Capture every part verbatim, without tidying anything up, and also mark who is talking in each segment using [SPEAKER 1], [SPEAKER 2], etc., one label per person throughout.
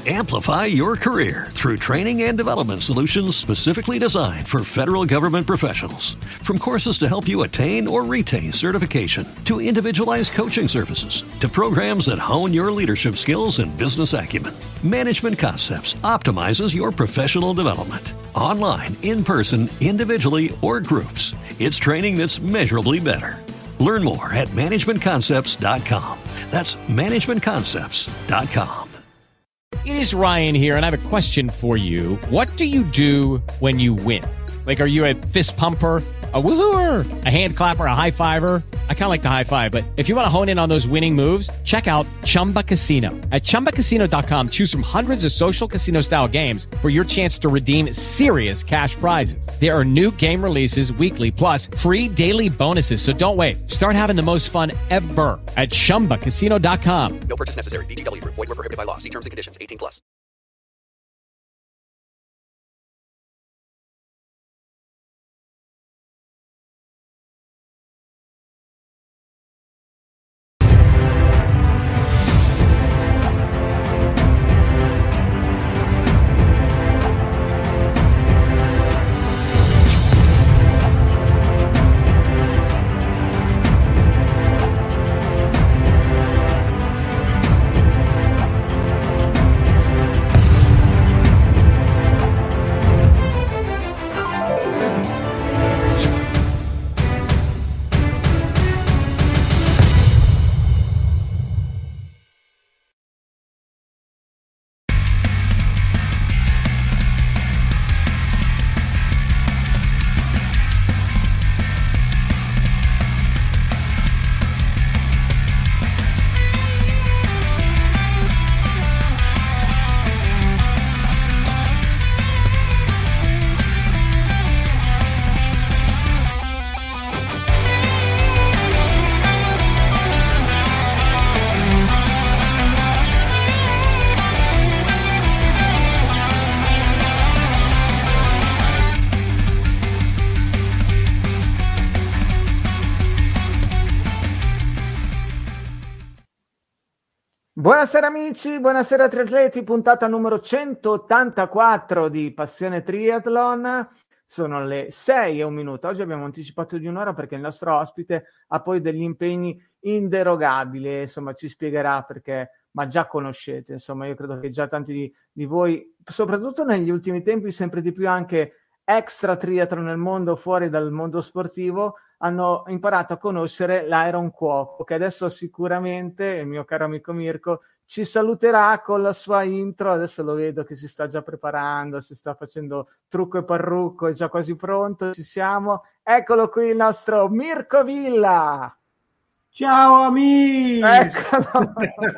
[SPEAKER 1] Amplify your career through training and development solutions specifically designed for federal government professionals. From courses to help you attain or retain certification, to individualized coaching services, to programs that hone your leadership skills and business acumen, Management Concepts optimizes your professional development. Online, in person, individually, or groups, it's training that's measurably better. Learn more at management concepts dot com. That's management concepts dot com.
[SPEAKER 2] It is Ryan here, and I have a question for you. What do you do when you win? Like, are you a fist pumper, a woohooer, a hand clapper, a high fiver? I kind of like the high five, but if you want to hone in on those winning moves, check out Chumba Casino. At chumba casino dot com, choose from hundreds of social casino-style games for your chance to redeem serious cash prizes. There are new game releases weekly, plus free daily bonuses, so don't wait. Start having the most fun ever at chumba casino dot com.
[SPEAKER 3] No purchase necessary. V G W. Void where prohibited by law. See terms and conditions. eighteen plus.
[SPEAKER 4] Buonasera amici, buonasera triatleti, puntata numero centottantaquattro di Passione Triathlon. Sono le sei e un minuto. Oggi abbiamo anticipato di un'ora perché il nostro ospite ha poi degli impegni inderogabili, insomma ci spiegherà perché, ma già conoscete, insomma io credo che già tanti di, di voi, soprattutto negli ultimi tempi, sempre di più anche extra triathlon nel mondo, fuori dal mondo sportivo, hanno imparato a conoscere l'Iron Cuoco, che adesso sicuramente, il mio caro amico Mirko, ci saluterà con la sua intro. Adesso lo vedo che si sta già preparando, si sta facendo trucco e parrucco, è già quasi pronto, ci siamo. Eccolo qui il nostro Mirko Villa!
[SPEAKER 5] Ciao amici!
[SPEAKER 4] Eccolo!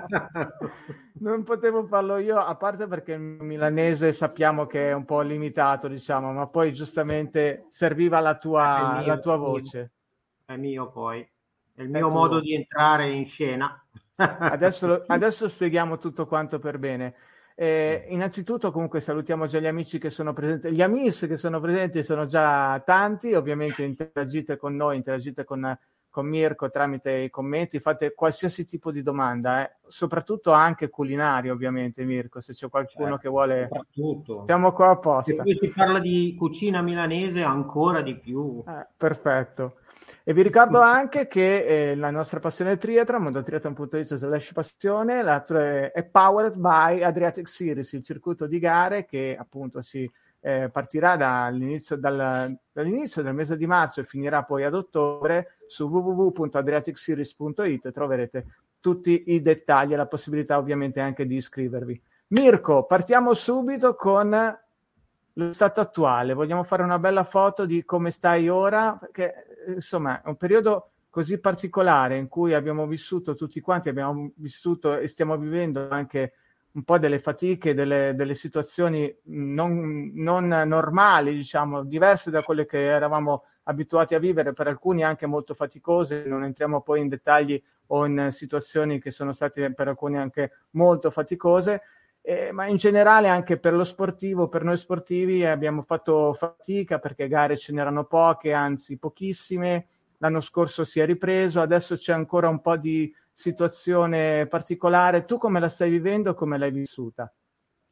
[SPEAKER 4] Non potevo farlo io, a parte perché il milanese sappiamo che è un po' limitato, diciamo, ma poi giustamente serviva la tua, mio, la tua voce.
[SPEAKER 5] È mio poi, è il mio è modo di entrare in scena.
[SPEAKER 4] Adesso, adesso spieghiamo tutto quanto per bene. Eh, innanzitutto comunque salutiamo già gli amici che sono presenti, gli amici che sono presenti sono già tanti, ovviamente interagite con noi, interagite con... con Mirko tramite i commenti, fate qualsiasi tipo di domanda, eh. Soprattutto anche culinario ovviamente Mirko, se c'è qualcuno certo, che vuole, siamo qua apposta.
[SPEAKER 5] Se poi si parla di cucina milanese ancora di più.
[SPEAKER 4] Eh, perfetto. E vi ricordo anche che eh, la nostra passione triathlon, mondotriathlon punto it slash passione, è powered by Adriatic Series, il circuito di gare che appunto si Eh, partirà dall'inizio, dal, dall'inizio del mese di marzo e finirà poi ad ottobre. Su w w w punto adriatic series punto it troverete tutti i dettagli e la possibilità ovviamente anche di iscrivervi. Mirko, partiamo subito con lo stato attuale. Vogliamo fare una bella foto di come stai ora, perché insomma è un periodo così particolare in cui abbiamo vissuto tutti quanti, abbiamo vissuto e stiamo vivendo anche un po' delle fatiche, delle, delle situazioni non, non normali, diciamo, diverse da quelle che eravamo abituati a vivere, per alcuni anche molto faticose. Non entriamo poi in dettagli o in situazioni che sono state per alcuni anche molto faticose, eh, ma in generale anche per lo sportivo, per noi sportivi abbiamo fatto fatica perché gare ce n'erano poche, anzi pochissime. L'anno scorso si è ripreso, adesso c'è ancora un po' di situazione particolare. Tu come la stai vivendo, come l'hai vissuta?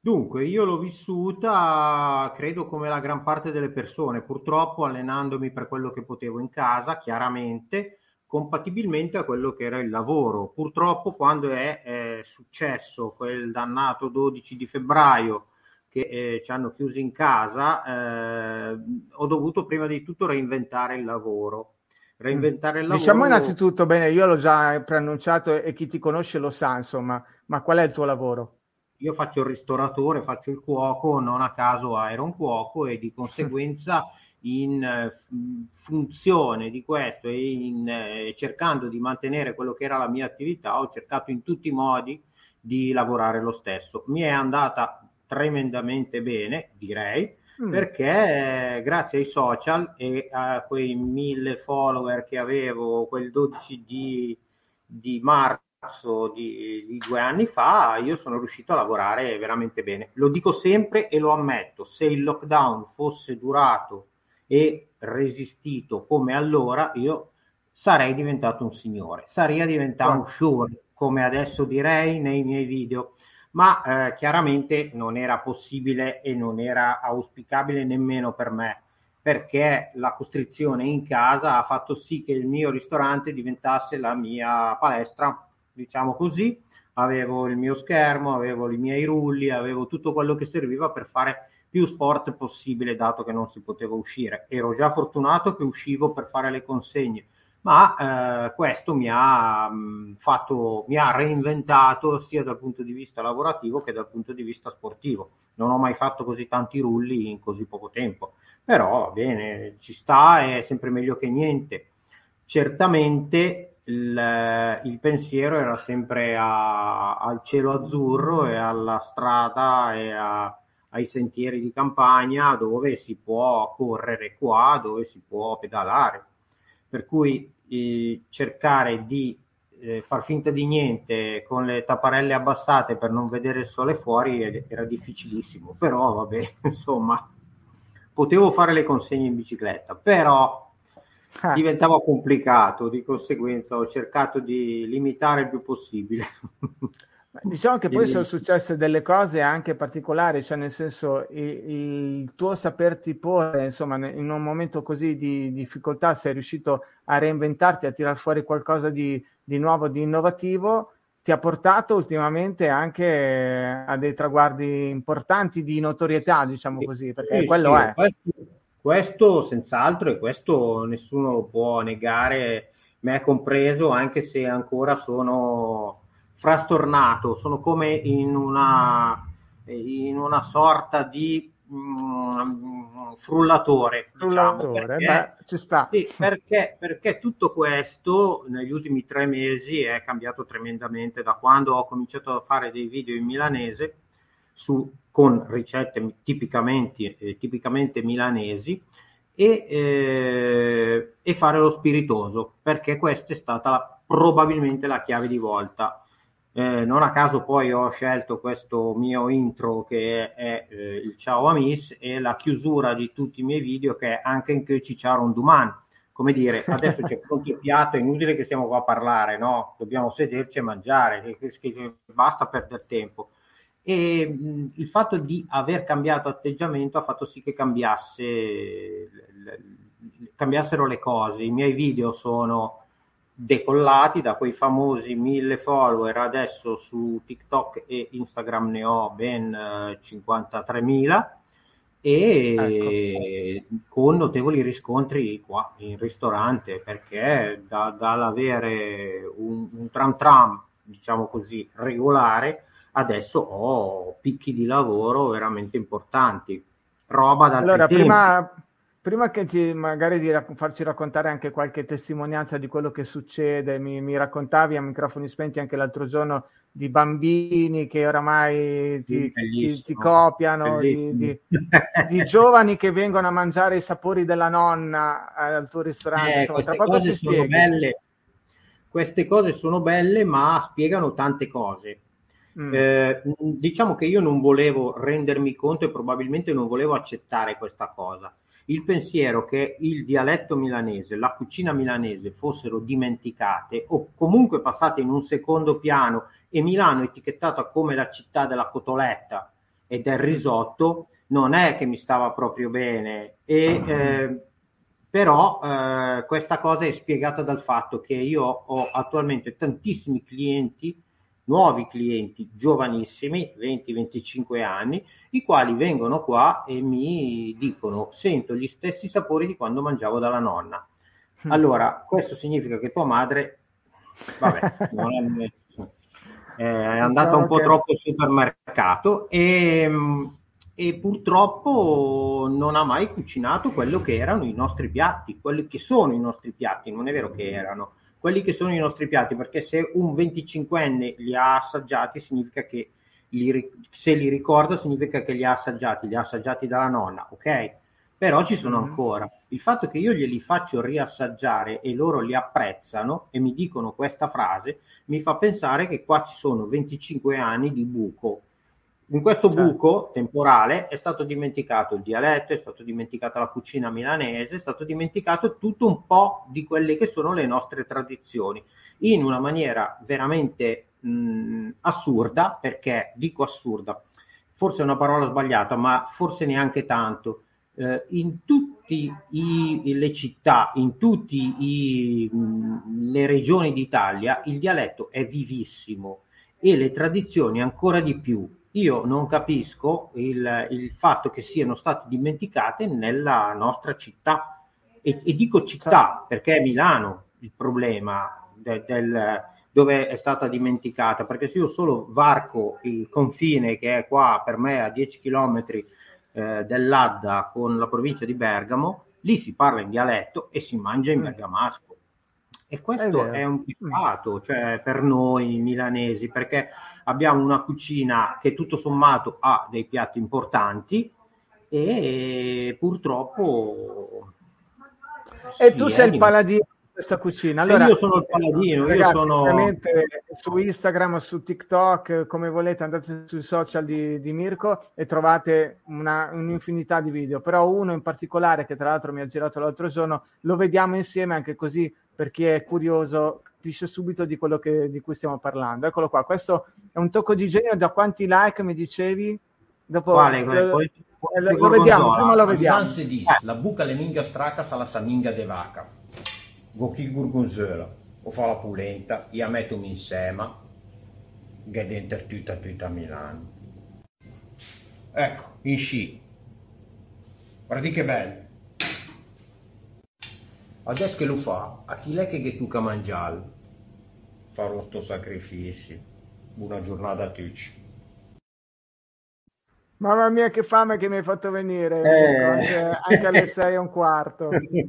[SPEAKER 5] Dunque, io l'ho vissuta, credo, come la gran parte delle persone, purtroppo allenandomi per quello che potevo in casa, chiaramente, compatibilmente a quello che era il lavoro. Purtroppo quando è, è successo quel dannato dodici di febbraio che eh, ci hanno chiusi in casa, eh, ho dovuto prima di tutto reinventare il lavoro. Reinventare il lavoro.
[SPEAKER 4] Diciamo innanzitutto, bene, io l'ho già preannunciato e chi ti conosce lo sa, insomma, ma qual è il tuo lavoro?
[SPEAKER 5] Io faccio il ristoratore, faccio il cuoco, non a caso ero un cuoco e di conseguenza in eh, funzione di questo e in, eh, cercando di mantenere quello che era la mia attività, ho cercato in tutti i modi di lavorare lo stesso. Mi è andata tremendamente bene, direi, mm. perché eh, grazie ai social e a quei mille follower che avevo quel dodici di, di marzo Di, di due anni fa, io sono riuscito a lavorare veramente bene. Lo dico sempre e lo ammetto, se il lockdown fosse durato e resistito come allora, io sarei diventato un signore, sarei diventato un sciure, come adesso direi nei miei video, ma eh, chiaramente non era possibile e non era auspicabile nemmeno per me, perché la costrizione in casa ha fatto sì che il mio ristorante diventasse la mia palestra, diciamo così. Avevo il mio schermo, avevo i miei rulli, avevo tutto quello che serviva per fare più sport possibile, dato che non si poteva uscire. Ero già fortunato che uscivo per fare le consegne, ma eh, questo mi ha mh, fatto, mi ha reinventato sia dal punto di vista lavorativo che dal punto di vista sportivo. Non ho mai fatto così tanti rulli in così poco tempo, però va bene, ci sta, è sempre meglio che niente. Certamente il, il pensiero era sempre a, al cielo azzurro e alla strada e a, ai sentieri di campagna dove si può correre qua, dove si può pedalare. Per cui eh, cercare di eh, far finta di niente con le tapparelle abbassate per non vedere il sole fuori era difficilissimo, però vabbè, insomma, potevo fare le consegne in bicicletta, però ah. diventava complicato, di conseguenza ho cercato di limitare il più possibile.
[SPEAKER 4] Diciamo che poi sono successe delle cose anche particolari, cioè nel senso il, il tuo saperti porre, insomma, in un momento così di difficoltà sei riuscito a reinventarti, a tirar fuori qualcosa di, di nuovo, di innovativo, ti ha portato ultimamente anche a dei traguardi importanti di notorietà, diciamo così, perché sì, quello sì, è.
[SPEAKER 5] Questo, questo senz'altro, e questo nessuno lo può negare, me compreso, anche se ancora sono frastornato, sono come in una in una sorta di mm, frullatore,
[SPEAKER 4] frullatore
[SPEAKER 5] diciamo, perché,
[SPEAKER 4] beh, ci sta.
[SPEAKER 5] Sì, perché, perché tutto questo negli ultimi tre mesi è cambiato tremendamente da quando ho cominciato a fare dei video in milanese su, con ricette tipicamente, eh, tipicamente milanesi e, eh, e fare lo spiritoso, perché questa è stata la, probabilmente la chiave di volta. Eh, non a caso poi ho scelto questo mio intro che è, è eh, il ciao amis e la chiusura di tutti i miei video che è anche in che cicciaron domani, come dire, adesso c'è pronto il piatto, è inutile che stiamo qua a parlare, no? Dobbiamo sederci e mangiare, che, che, che basta perdere tempo. E mh, il fatto di aver cambiato atteggiamento ha fatto sì che cambiasse cambiassero le cose. I miei video sono decollati da quei famosi mille follower, adesso su TikTok e Instagram ne ho ben eh, cinquantatremila e ecco. Con notevoli riscontri qua in ristorante, perché da, dall'avere un, un tram tram, diciamo così, regolare, adesso ho picchi di lavoro veramente importanti, roba da
[SPEAKER 4] allora prima Prima che ti, magari di rac- farci raccontare anche qualche testimonianza di quello che succede, mi, mi raccontavi a microfoni spenti anche l'altro giorno di bambini che oramai ti, ti, ti copiano, di, di, di giovani che vengono a mangiare i sapori della nonna al tuo ristorante.
[SPEAKER 5] Eh,
[SPEAKER 4] Insomma, tra
[SPEAKER 5] poco
[SPEAKER 4] poco ci
[SPEAKER 5] sono
[SPEAKER 4] spieghi.
[SPEAKER 5] Belle. Queste cose sono belle, ma spiegano tante cose. Mm. Eh, diciamo che io non volevo rendermi conto e probabilmente non volevo accettare questa cosa. Il pensiero che il dialetto milanese, la cucina milanese fossero dimenticate o comunque passate in un secondo piano e Milano etichettata come la città della cotoletta e del risotto non è che mi stava proprio bene, e eh, però eh, questa cosa è spiegata dal fatto che io ho attualmente tantissimi clienti, nuovi clienti giovanissimi, venti venticinque anni, i quali vengono qua e mi dicono: sento gli stessi sapori di quando mangiavo dalla nonna. Allora, questo significa che tua madre, vabbè, non è, è andata un po'
[SPEAKER 4] che...
[SPEAKER 5] troppo al supermercato e, e purtroppo non ha mai cucinato quello che erano i nostri piatti, quelli che sono i nostri piatti, non è vero che erano, quelli che sono i nostri piatti, perché se un venticinquenne li ha assaggiati significa che li, se li ricorda significa che li ha assaggiati, li ha assaggiati dalla nonna, ok? Però ci sono ancora. Il fatto che io glieli faccio riassaggiare e loro li apprezzano e mi dicono questa frase mi fa pensare che qua ci sono venticinque anni di buco. In questo buco temporale è stato dimenticato il dialetto, è stato dimenticata la cucina milanese, è stato dimenticato tutto un po' di quelle che sono le nostre tradizioni, in una maniera veramente mh, assurda, perché dico assurda, forse è una parola sbagliata, ma forse neanche tanto. Uh, in tutte le città, in tutte le regioni d'Italia il dialetto è vivissimo e le tradizioni ancora di più. Io non capisco il, il fatto che siano state dimenticate nella nostra città, e, e dico città perché è Milano il problema de, del, dove è stata dimenticata, perché se io solo varco il confine che è qua per me a dieci chilometri Eh, dell'Adda con la provincia di Bergamo, lì si parla in dialetto e si mangia in bergamasco, e questo è, è un peccato, cioè, per noi milanesi, perché abbiamo una cucina che tutto sommato ha dei piatti importanti e purtroppo
[SPEAKER 4] e sì, tu sei il paladino questa cucina. Allora,
[SPEAKER 5] io sono il paladino,
[SPEAKER 4] ragazzi,
[SPEAKER 5] io sono
[SPEAKER 4] ovviamente su Instagram, su TikTok, come volete, andate sui social di, di Mirko e trovate una, un'infinità di video, però uno in particolare che tra l'altro mi ha girato l'altro giorno, lo vediamo insieme, anche così per chi è curioso capisce subito di quello che, di cui stiamo parlando. Eccolo qua, questo è un tocco di genio. Da quanti like mi dicevi? Dopo,
[SPEAKER 5] quale?
[SPEAKER 4] lo, lo, lo vediamo, prima lo vediamo.
[SPEAKER 6] La buca le minga straca sa la saminga de vaca. Gocchi gorgonzola o fa la polenta, io metto insieme che dentro tutta tutta Milano. Ecco, in sci. Guardi che bello. Adesso che lo fa, a chi è che tu che mangiare? Farò sto sacrificio. Buona giornata a tutti.
[SPEAKER 4] Mamma mia, che fame che mi hai fatto venire,
[SPEAKER 5] eh.
[SPEAKER 4] anche, anche alle sei e un quarto.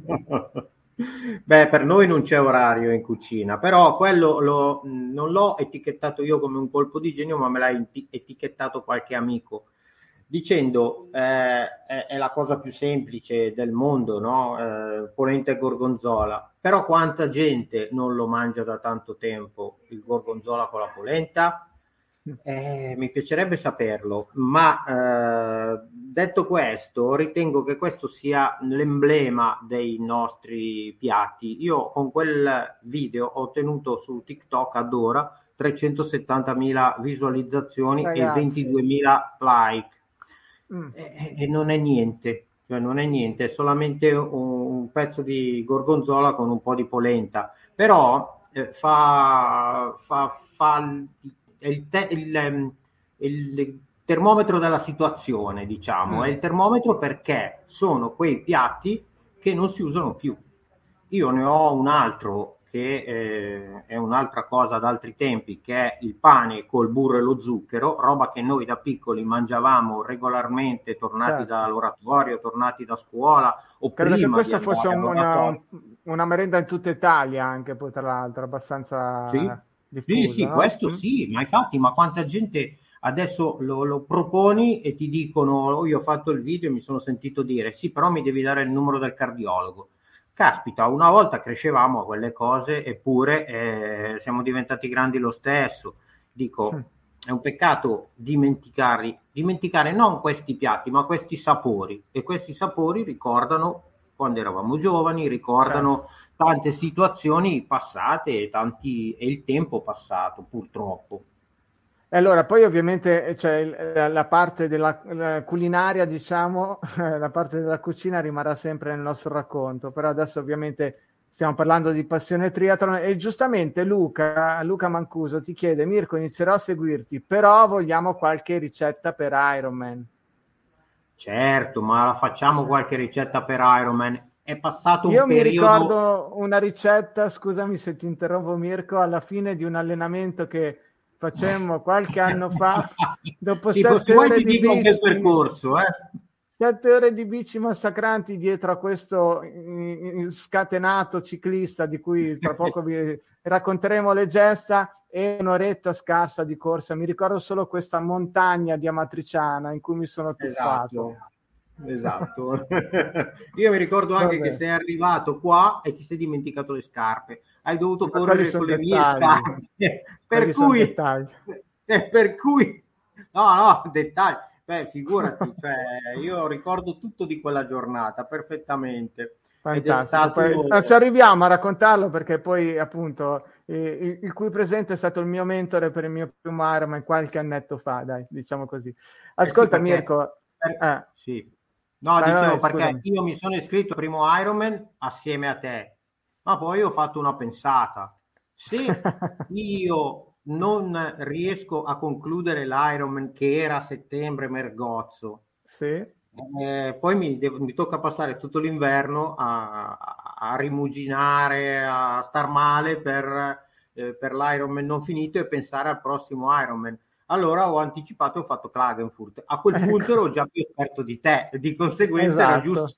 [SPEAKER 5] Beh, per noi non c'è orario in cucina, però quello lo, non l'ho etichettato io come un colpo di genio, ma me l'ha etichettato qualche amico dicendo eh, è, è la cosa più semplice del mondo, no? Eh, polenta e gorgonzola, però quanta gente non lo mangia da tanto tempo il gorgonzola con la polenta? Eh, mi piacerebbe saperlo, ma eh, detto questo, ritengo che questo sia l'emblema dei nostri piatti. Io con quel video ho ottenuto su TikTok ad ora trecentosettantamila visualizzazioni, ragazzi, e ventiduemila like. Mm. E, e non è niente, cioè non è niente, è solamente un, un pezzo di gorgonzola con un po' di polenta, però eh, fa fa, fa Il, te, il, il termometro della situazione, diciamo, mm. è il termometro perché sono quei piatti che non si usano più. Io ne ho un altro che eh, è un'altra cosa ad altri tempi, che è il pane col burro e lo zucchero, roba che noi da piccoli mangiavamo regolarmente, tornati certo. dall'oratorio, tornati da scuola, o
[SPEAKER 4] credo
[SPEAKER 5] prima
[SPEAKER 4] che questa fosse una, una merenda in tutta Italia, anche poi tra l'altro abbastanza
[SPEAKER 5] sì.
[SPEAKER 4] diffusa,
[SPEAKER 5] sì, sì,
[SPEAKER 4] no?
[SPEAKER 5] questo
[SPEAKER 4] mm.
[SPEAKER 5] sì, ma infatti, ma quanta gente adesso lo, lo proponi e ti dicono: oh, io ho fatto il video e mi sono sentito dire sì, però mi devi dare il numero del cardiologo. Caspita, una volta crescevamo a quelle cose, eppure eh, siamo diventati grandi lo stesso. Dico, mm. è un peccato dimenticare, dimenticare non questi piatti, ma questi sapori, e questi sapori ricordano quando eravamo giovani, ricordano certo. tante situazioni passate e, tanti, e il tempo passato, purtroppo.
[SPEAKER 4] E allora, poi ovviamente c'è la parte della la culinaria, diciamo, la parte della cucina rimarrà sempre nel nostro racconto, però adesso ovviamente stiamo parlando di passione triathlon e giustamente Luca, Luca Mancuso ti chiede: Mirko, inizierò a seguirti, però vogliamo qualche ricetta per Ironman.
[SPEAKER 5] Certo, ma la facciamo qualche ricetta per Ironman. È passato un
[SPEAKER 4] Io mi
[SPEAKER 5] periodo...
[SPEAKER 4] ricordo una ricetta, scusami se ti interrompo Mirko, alla fine di un allenamento che facemmo qualche anno fa, dopo
[SPEAKER 5] sì,
[SPEAKER 4] sette ore di
[SPEAKER 5] dico
[SPEAKER 4] bici,
[SPEAKER 5] anche il percorso, eh.
[SPEAKER 4] sette ore di bici massacranti dietro a questo scatenato ciclista di cui tra poco vi racconteremo le gesta, e un'oretta scarsa di corsa. Mi ricordo solo questa montagna di Amatriciana in cui mi sono tuffato.
[SPEAKER 5] Esatto, esatto. Io mi ricordo anche
[SPEAKER 4] Vabbè.
[SPEAKER 5] che sei arrivato qua e ti sei dimenticato le scarpe, hai dovuto
[SPEAKER 4] Ma
[SPEAKER 5] correre con le mie scarpe, per cui, eh, per cui no no dettagli, beh figurati, cioè, io ricordo tutto di quella giornata perfettamente.
[SPEAKER 4] Fantastico.
[SPEAKER 5] Stato...
[SPEAKER 4] Poi, ci arriviamo a raccontarlo perché poi appunto eh, il, il cui presente è stato il mio mentore per il mio primo Ironman qualche annetto fa, dai, diciamo così. Ascolta,
[SPEAKER 5] eh sì, perché...
[SPEAKER 4] Mirko,
[SPEAKER 5] eh, sì. No,
[SPEAKER 4] vai,
[SPEAKER 5] dicevo
[SPEAKER 4] vai,
[SPEAKER 5] perché
[SPEAKER 4] scusami.
[SPEAKER 5] io mi sono iscritto al primo Ironman assieme a te, ma poi ho fatto una pensata. Se io non riesco a concludere l'Ironman, che era a settembre Mergozzo,
[SPEAKER 4] sì.
[SPEAKER 5] eh, poi mi, devo, mi tocca passare tutto l'inverno a, a rimuginare, a star male per, eh, per l'Ironman non finito e pensare al prossimo Ironman. Allora ho anticipato e ho fatto Klagenfurt. A quel
[SPEAKER 4] Ecco.
[SPEAKER 5] punto ero già più esperto di te, di conseguenza
[SPEAKER 4] Esatto.
[SPEAKER 5] era giusto.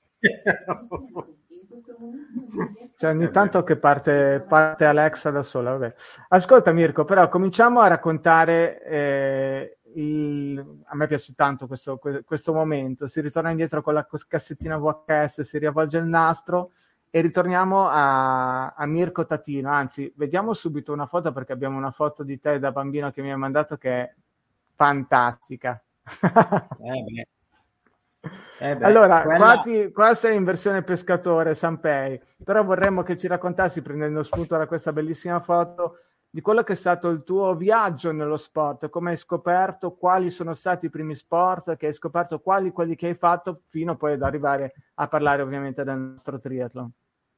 [SPEAKER 4] Cioè, ogni tanto che parte, parte Alexa da sola. Vabbè. Ascolta Mirko, però cominciamo a raccontare, eh, il... a me piace tanto questo, questo momento, si ritorna indietro con la cassettina V H S, si riavvolge il nastro e ritorniamo a, a Mirko Tatino. Anzi, vediamo subito una foto, perché abbiamo una foto di te da bambino che mi hai mandato che è fantastica.
[SPEAKER 5] eh beh. Eh beh,
[SPEAKER 4] allora,
[SPEAKER 5] quella...
[SPEAKER 4] qua, ti, qua sei in versione pescatore, Sanpei, però vorremmo che ci raccontassi, prendendo spunto da questa bellissima foto, di quello che è stato il tuo viaggio nello sport, come hai scoperto, quali sono stati i primi sport che hai scoperto, quali quelli che hai fatto, fino poi ad arrivare a parlare ovviamente del nostro triathlon.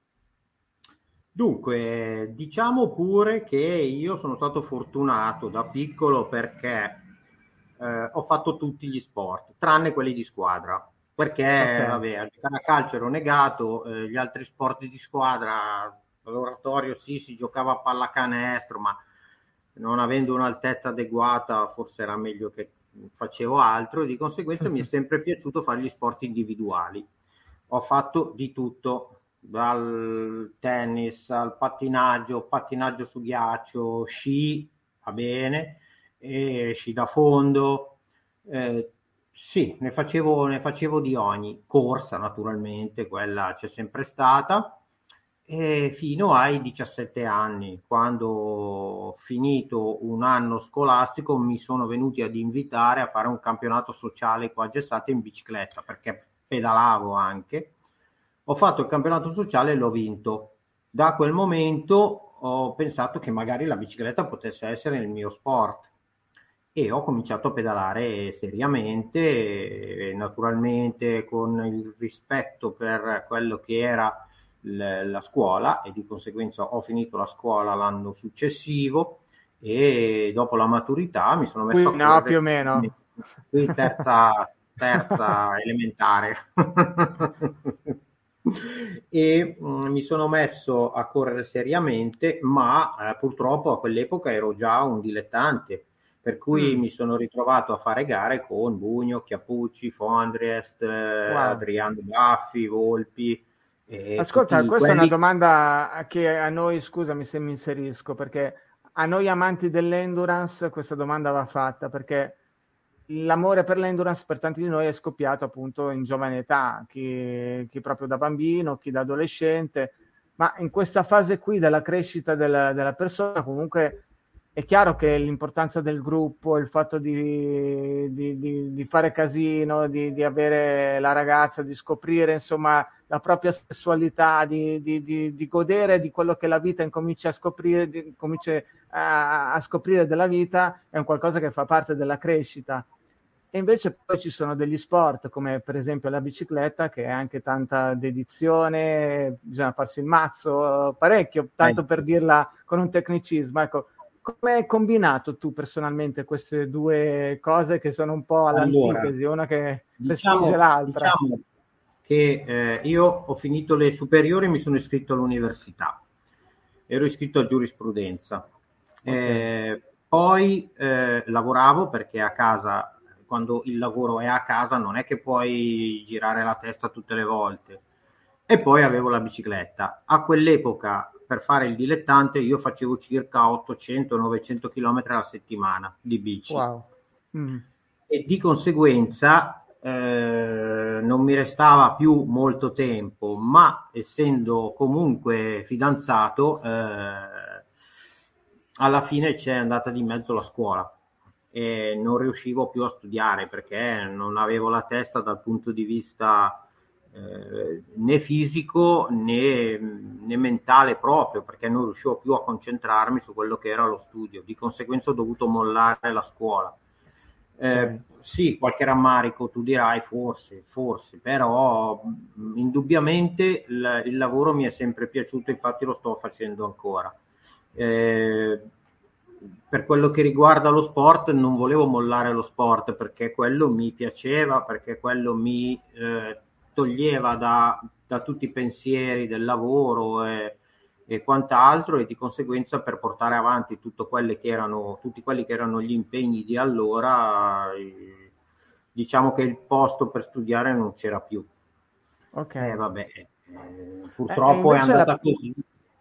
[SPEAKER 5] Dunque, diciamo pure che io sono stato fortunato da piccolo perché eh, ho fatto tutti gli sport, tranne quelli di squadra, perché
[SPEAKER 4] Okay.
[SPEAKER 5] vabbè, a giocare a calcio ero negato, eh, gli altri sport di squadra, all'oratorio sì, si giocava a pallacanestro, ma non avendo un'altezza adeguata forse era meglio che facevo altro, e di conseguenza mi è sempre piaciuto fare gli sport individuali. Ho fatto di tutto, dal tennis al pattinaggio, pattinaggio su ghiaccio, sci, va bene, e sci da fondo, eh, sì, ne facevo, ne facevo di ogni, corsa naturalmente, quella c'è sempre stata, e fino ai diciassette anni, quando ho finito un anno scolastico mi sono venuti ad invitare a fare un campionato sociale qua a Gessate in bicicletta, perché pedalavo anche. Ho fatto il campionato sociale e l'ho vinto. Da quel momento ho pensato che magari la bicicletta potesse essere il mio sport e ho cominciato a pedalare seriamente, e naturalmente con il rispetto per quello che era l- la scuola, e di conseguenza ho finito la scuola l'anno successivo e dopo la maturità mi sono messo
[SPEAKER 4] Qui,
[SPEAKER 5] a
[SPEAKER 4] no,
[SPEAKER 5] correre.
[SPEAKER 4] più o meno.
[SPEAKER 5] Qui terza, terza elementare. E mh, mi sono messo a correre seriamente, ma eh, purtroppo a quell'epoca ero già un dilettante, per cui
[SPEAKER 4] Mm.
[SPEAKER 5] mi sono ritrovato a fare gare con Bugno, Chiappucci, Fondriest, eh,
[SPEAKER 4] Wow.
[SPEAKER 5] Adriano Baffi, Volpi. E
[SPEAKER 4] Ascolta,
[SPEAKER 5] tutti
[SPEAKER 4] questa è una
[SPEAKER 5] quelli...
[SPEAKER 4] domanda che a noi, scusami se mi inserisco, perché a noi amanti dell'endurance questa domanda va fatta, perché l'amore per l'endurance per tanti di noi è scoppiato appunto in giovane età, chi, chi proprio da bambino, chi da adolescente, ma in questa fase qui della crescita della, della persona comunque è chiaro che l'importanza del gruppo, il fatto di, di, di, di fare casino, di, di avere la ragazza, di scoprire insomma la propria sessualità, di, di, di, di godere di quello che la vita incomincia a scoprire, di, comincia a, a scoprire della vita, è un qualcosa che fa parte della crescita. E invece poi ci sono degli sport come per esempio la bicicletta, che è anche tanta dedizione, bisogna farsi il mazzo parecchio, tanto per dirla con un tecnicismo. Ecco, come hai combinato tu personalmente queste due cose che sono un po' all'antitesi, allora, una che
[SPEAKER 5] diciamo,
[SPEAKER 4] respinge l'altra?
[SPEAKER 5] Diciamo che eh, io ho finito le superiori e mi sono iscritto all'università, ero iscritto a giurisprudenza, okay. eh, poi eh, lavoravo, perché a casa, quando il lavoro è a casa non è che puoi girare la testa tutte le volte, e poi avevo la bicicletta. A quell'epoca per fare il dilettante io facevo circa ottocento novecento chilometri alla settimana di bici.
[SPEAKER 4] Wow. Mm.
[SPEAKER 5] E di conseguenza eh, non mi restava più molto tempo, ma essendo comunque fidanzato eh, alla fine c'è andata di mezzo la scuola e non riuscivo più a studiare perché non avevo la testa dal punto di vista eh, né fisico né, né mentale proprio, perché non riuscivo più a concentrarmi su quello che era lo studio. Di conseguenza ho dovuto mollare la scuola. Eh, okay. Sì, qualche rammarico tu dirai, forse, forse, però indubbiamente il, il lavoro mi è sempre piaciuto, infatti lo sto facendo ancora. Eh, per quello che riguarda lo sport, non volevo mollare lo sport perché quello mi piaceva, perché quello mi eh, toglieva da, da tutti i pensieri del lavoro e, e quant'altro, e di conseguenza per portare avanti tutto quelle che erano, tutti quelli che erano gli impegni di allora, eh, diciamo che il posto per studiare non c'era più.
[SPEAKER 4] Ok.
[SPEAKER 5] Eh, vabbè, eh, purtroppo eh, è andata
[SPEAKER 4] la...
[SPEAKER 5] così.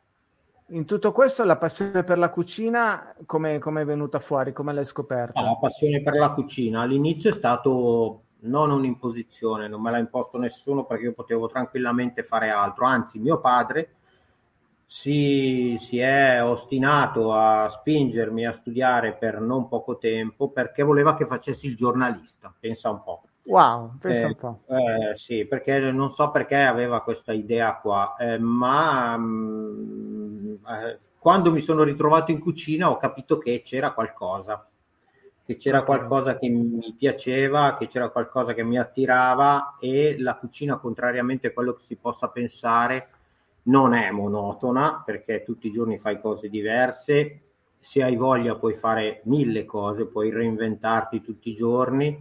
[SPEAKER 4] In tutto questo la passione per la cucina come è venuta fuori? Come l'hai scoperta?
[SPEAKER 5] Ah, la passione per la cucina all'inizio è stato non un'imposizione, non me l'ha imposto nessuno perché io potevo tranquillamente fare altro, anzi mio padre si, si è ostinato a spingermi a studiare per non poco tempo perché voleva che facessi il giornalista, pensa un po'.
[SPEAKER 4] Wow, pensa
[SPEAKER 5] eh,
[SPEAKER 4] un po'.
[SPEAKER 5] Eh, sì, perché non so perché aveva questa idea qua, eh, ma mh, eh, quando mi sono ritrovato in cucina ho capito che c'era qualcosa, che c'era okay. qualcosa che mi piaceva, che c'era qualcosa che mi attirava, e la cucina, contrariamente a quello che si possa pensare, non è monotona, perché tutti i giorni fai cose diverse, se hai voglia puoi fare mille cose, puoi reinventarti tutti i giorni.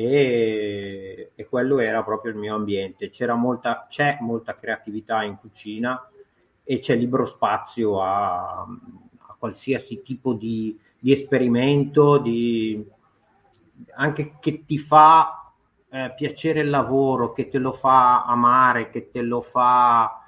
[SPEAKER 5] E, e quello era proprio il mio ambiente. C'era molta, c'è molta creatività in cucina e c'è libero spazio a, a qualsiasi tipo di, di esperimento, di, anche che ti fa eh, piacere il lavoro, che te lo fa amare, che te lo fa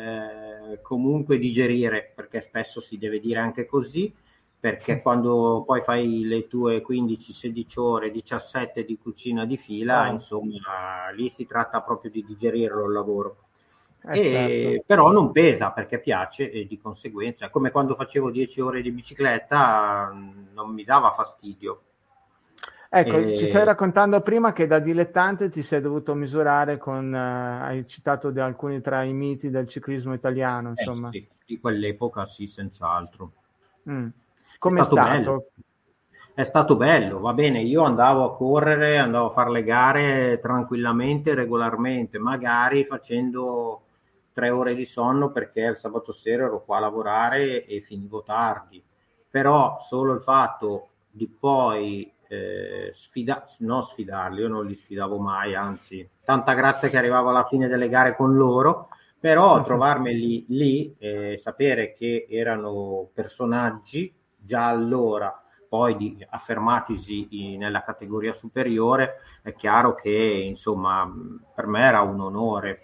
[SPEAKER 5] eh, comunque digerire, perché spesso si deve dire anche così, perché quando poi fai le tue quindici sedici ore, diciassette di cucina di fila, oh. insomma, lì si tratta proprio di digerirlo il lavoro. Eh, e, certo. Però non pesa perché piace, e di conseguenza, come quando facevo dieci ore di bicicletta, non mi dava fastidio.
[SPEAKER 4] Ecco,
[SPEAKER 5] e...
[SPEAKER 4] ci stai raccontando prima che da dilettante ti sei dovuto misurare con, uh, hai citato di alcuni tra i miti del ciclismo italiano, insomma.
[SPEAKER 5] Eh, sì, di quell'epoca sì, senz'altro.
[SPEAKER 4] Mm. Come è stato?
[SPEAKER 5] È stato, è stato bello, va bene, io andavo a correre, andavo a fare le gare tranquillamente, regolarmente, magari facendo tre ore di sonno perché il sabato sera ero qua a lavorare e finivo tardi, però solo il fatto di poi eh, sfida- non sfidarli, io non li sfidavo mai, anzi, tanta grazia che arrivavo alla fine delle gare con loro, però trovarmeli lì e sapere che erano personaggi già allora, poi di, affermatisi nella categoria superiore, è chiaro che insomma per me era un onore.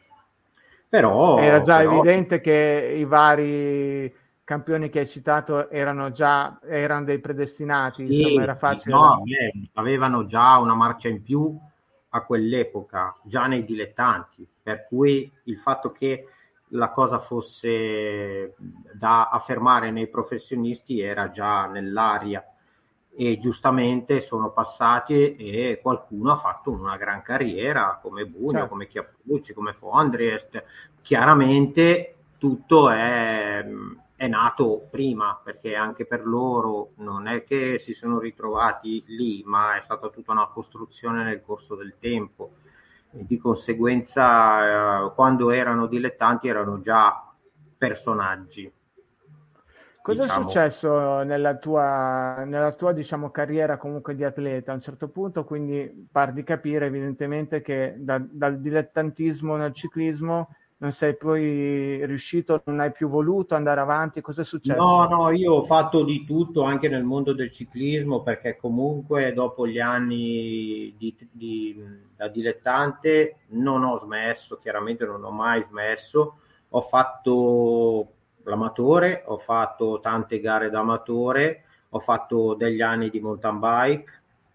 [SPEAKER 5] Però
[SPEAKER 4] era già
[SPEAKER 5] però...
[SPEAKER 4] evidente che i vari campioni che hai citato erano già erano dei predestinati, sì, insomma era facile.
[SPEAKER 5] No, eh, avevano già una marcia in più a quell'epoca, già nei dilettanti, per cui il fatto che la cosa fosse da affermare nei professionisti era già nell'aria, e giustamente sono passati e qualcuno ha fatto una gran carriera come Bugno, certo. come Chiappucci, come Fondriest. Chiaramente tutto è è nato prima, perché anche per loro non è che si sono ritrovati lì, ma è stata tutta una costruzione nel corso del tempo. E di conseguenza eh, quando erano dilettanti erano già personaggi.
[SPEAKER 4] Cosa
[SPEAKER 5] diciamo.
[SPEAKER 4] è successo nella tua, nella tua diciamo, carriera comunque di atleta? A un certo punto, quindi par di capire evidentemente che da, dal dilettantismo nel ciclismo non sei poi riuscito, non hai più voluto andare avanti. Cosa è successo?
[SPEAKER 5] No, no, io ho fatto di tutto anche nel mondo del ciclismo, perché comunque dopo gli anni di, di, da dilettante non ho smesso, chiaramente non ho mai smesso. Ho fatto l'amatore, ho fatto tante gare da amatore, ho fatto degli anni di mountain bike,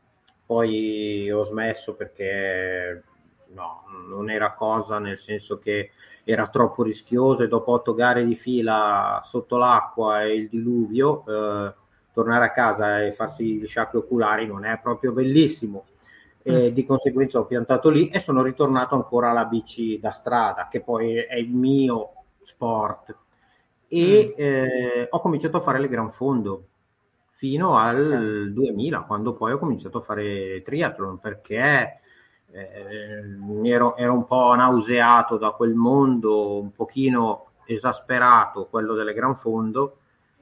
[SPEAKER 5] poi ho smesso perché no, non era cosa, nel senso che era troppo rischioso, e dopo otto gare di fila sotto l'acqua e il diluvio eh, tornare a casa e farsi gli sciacqui oculari non è proprio bellissimo, e mm. di conseguenza ho piantato lì e sono ritornato ancora alla bici da strada, che poi è il mio sport, e mm. eh, ho cominciato a fare le gran fondo fino al eh. duemila, quando poi ho cominciato a fare triathlon, perché Eh, ero, ero un po' nauseato da quel mondo, un pochino esasperato, quello delle gran fondo,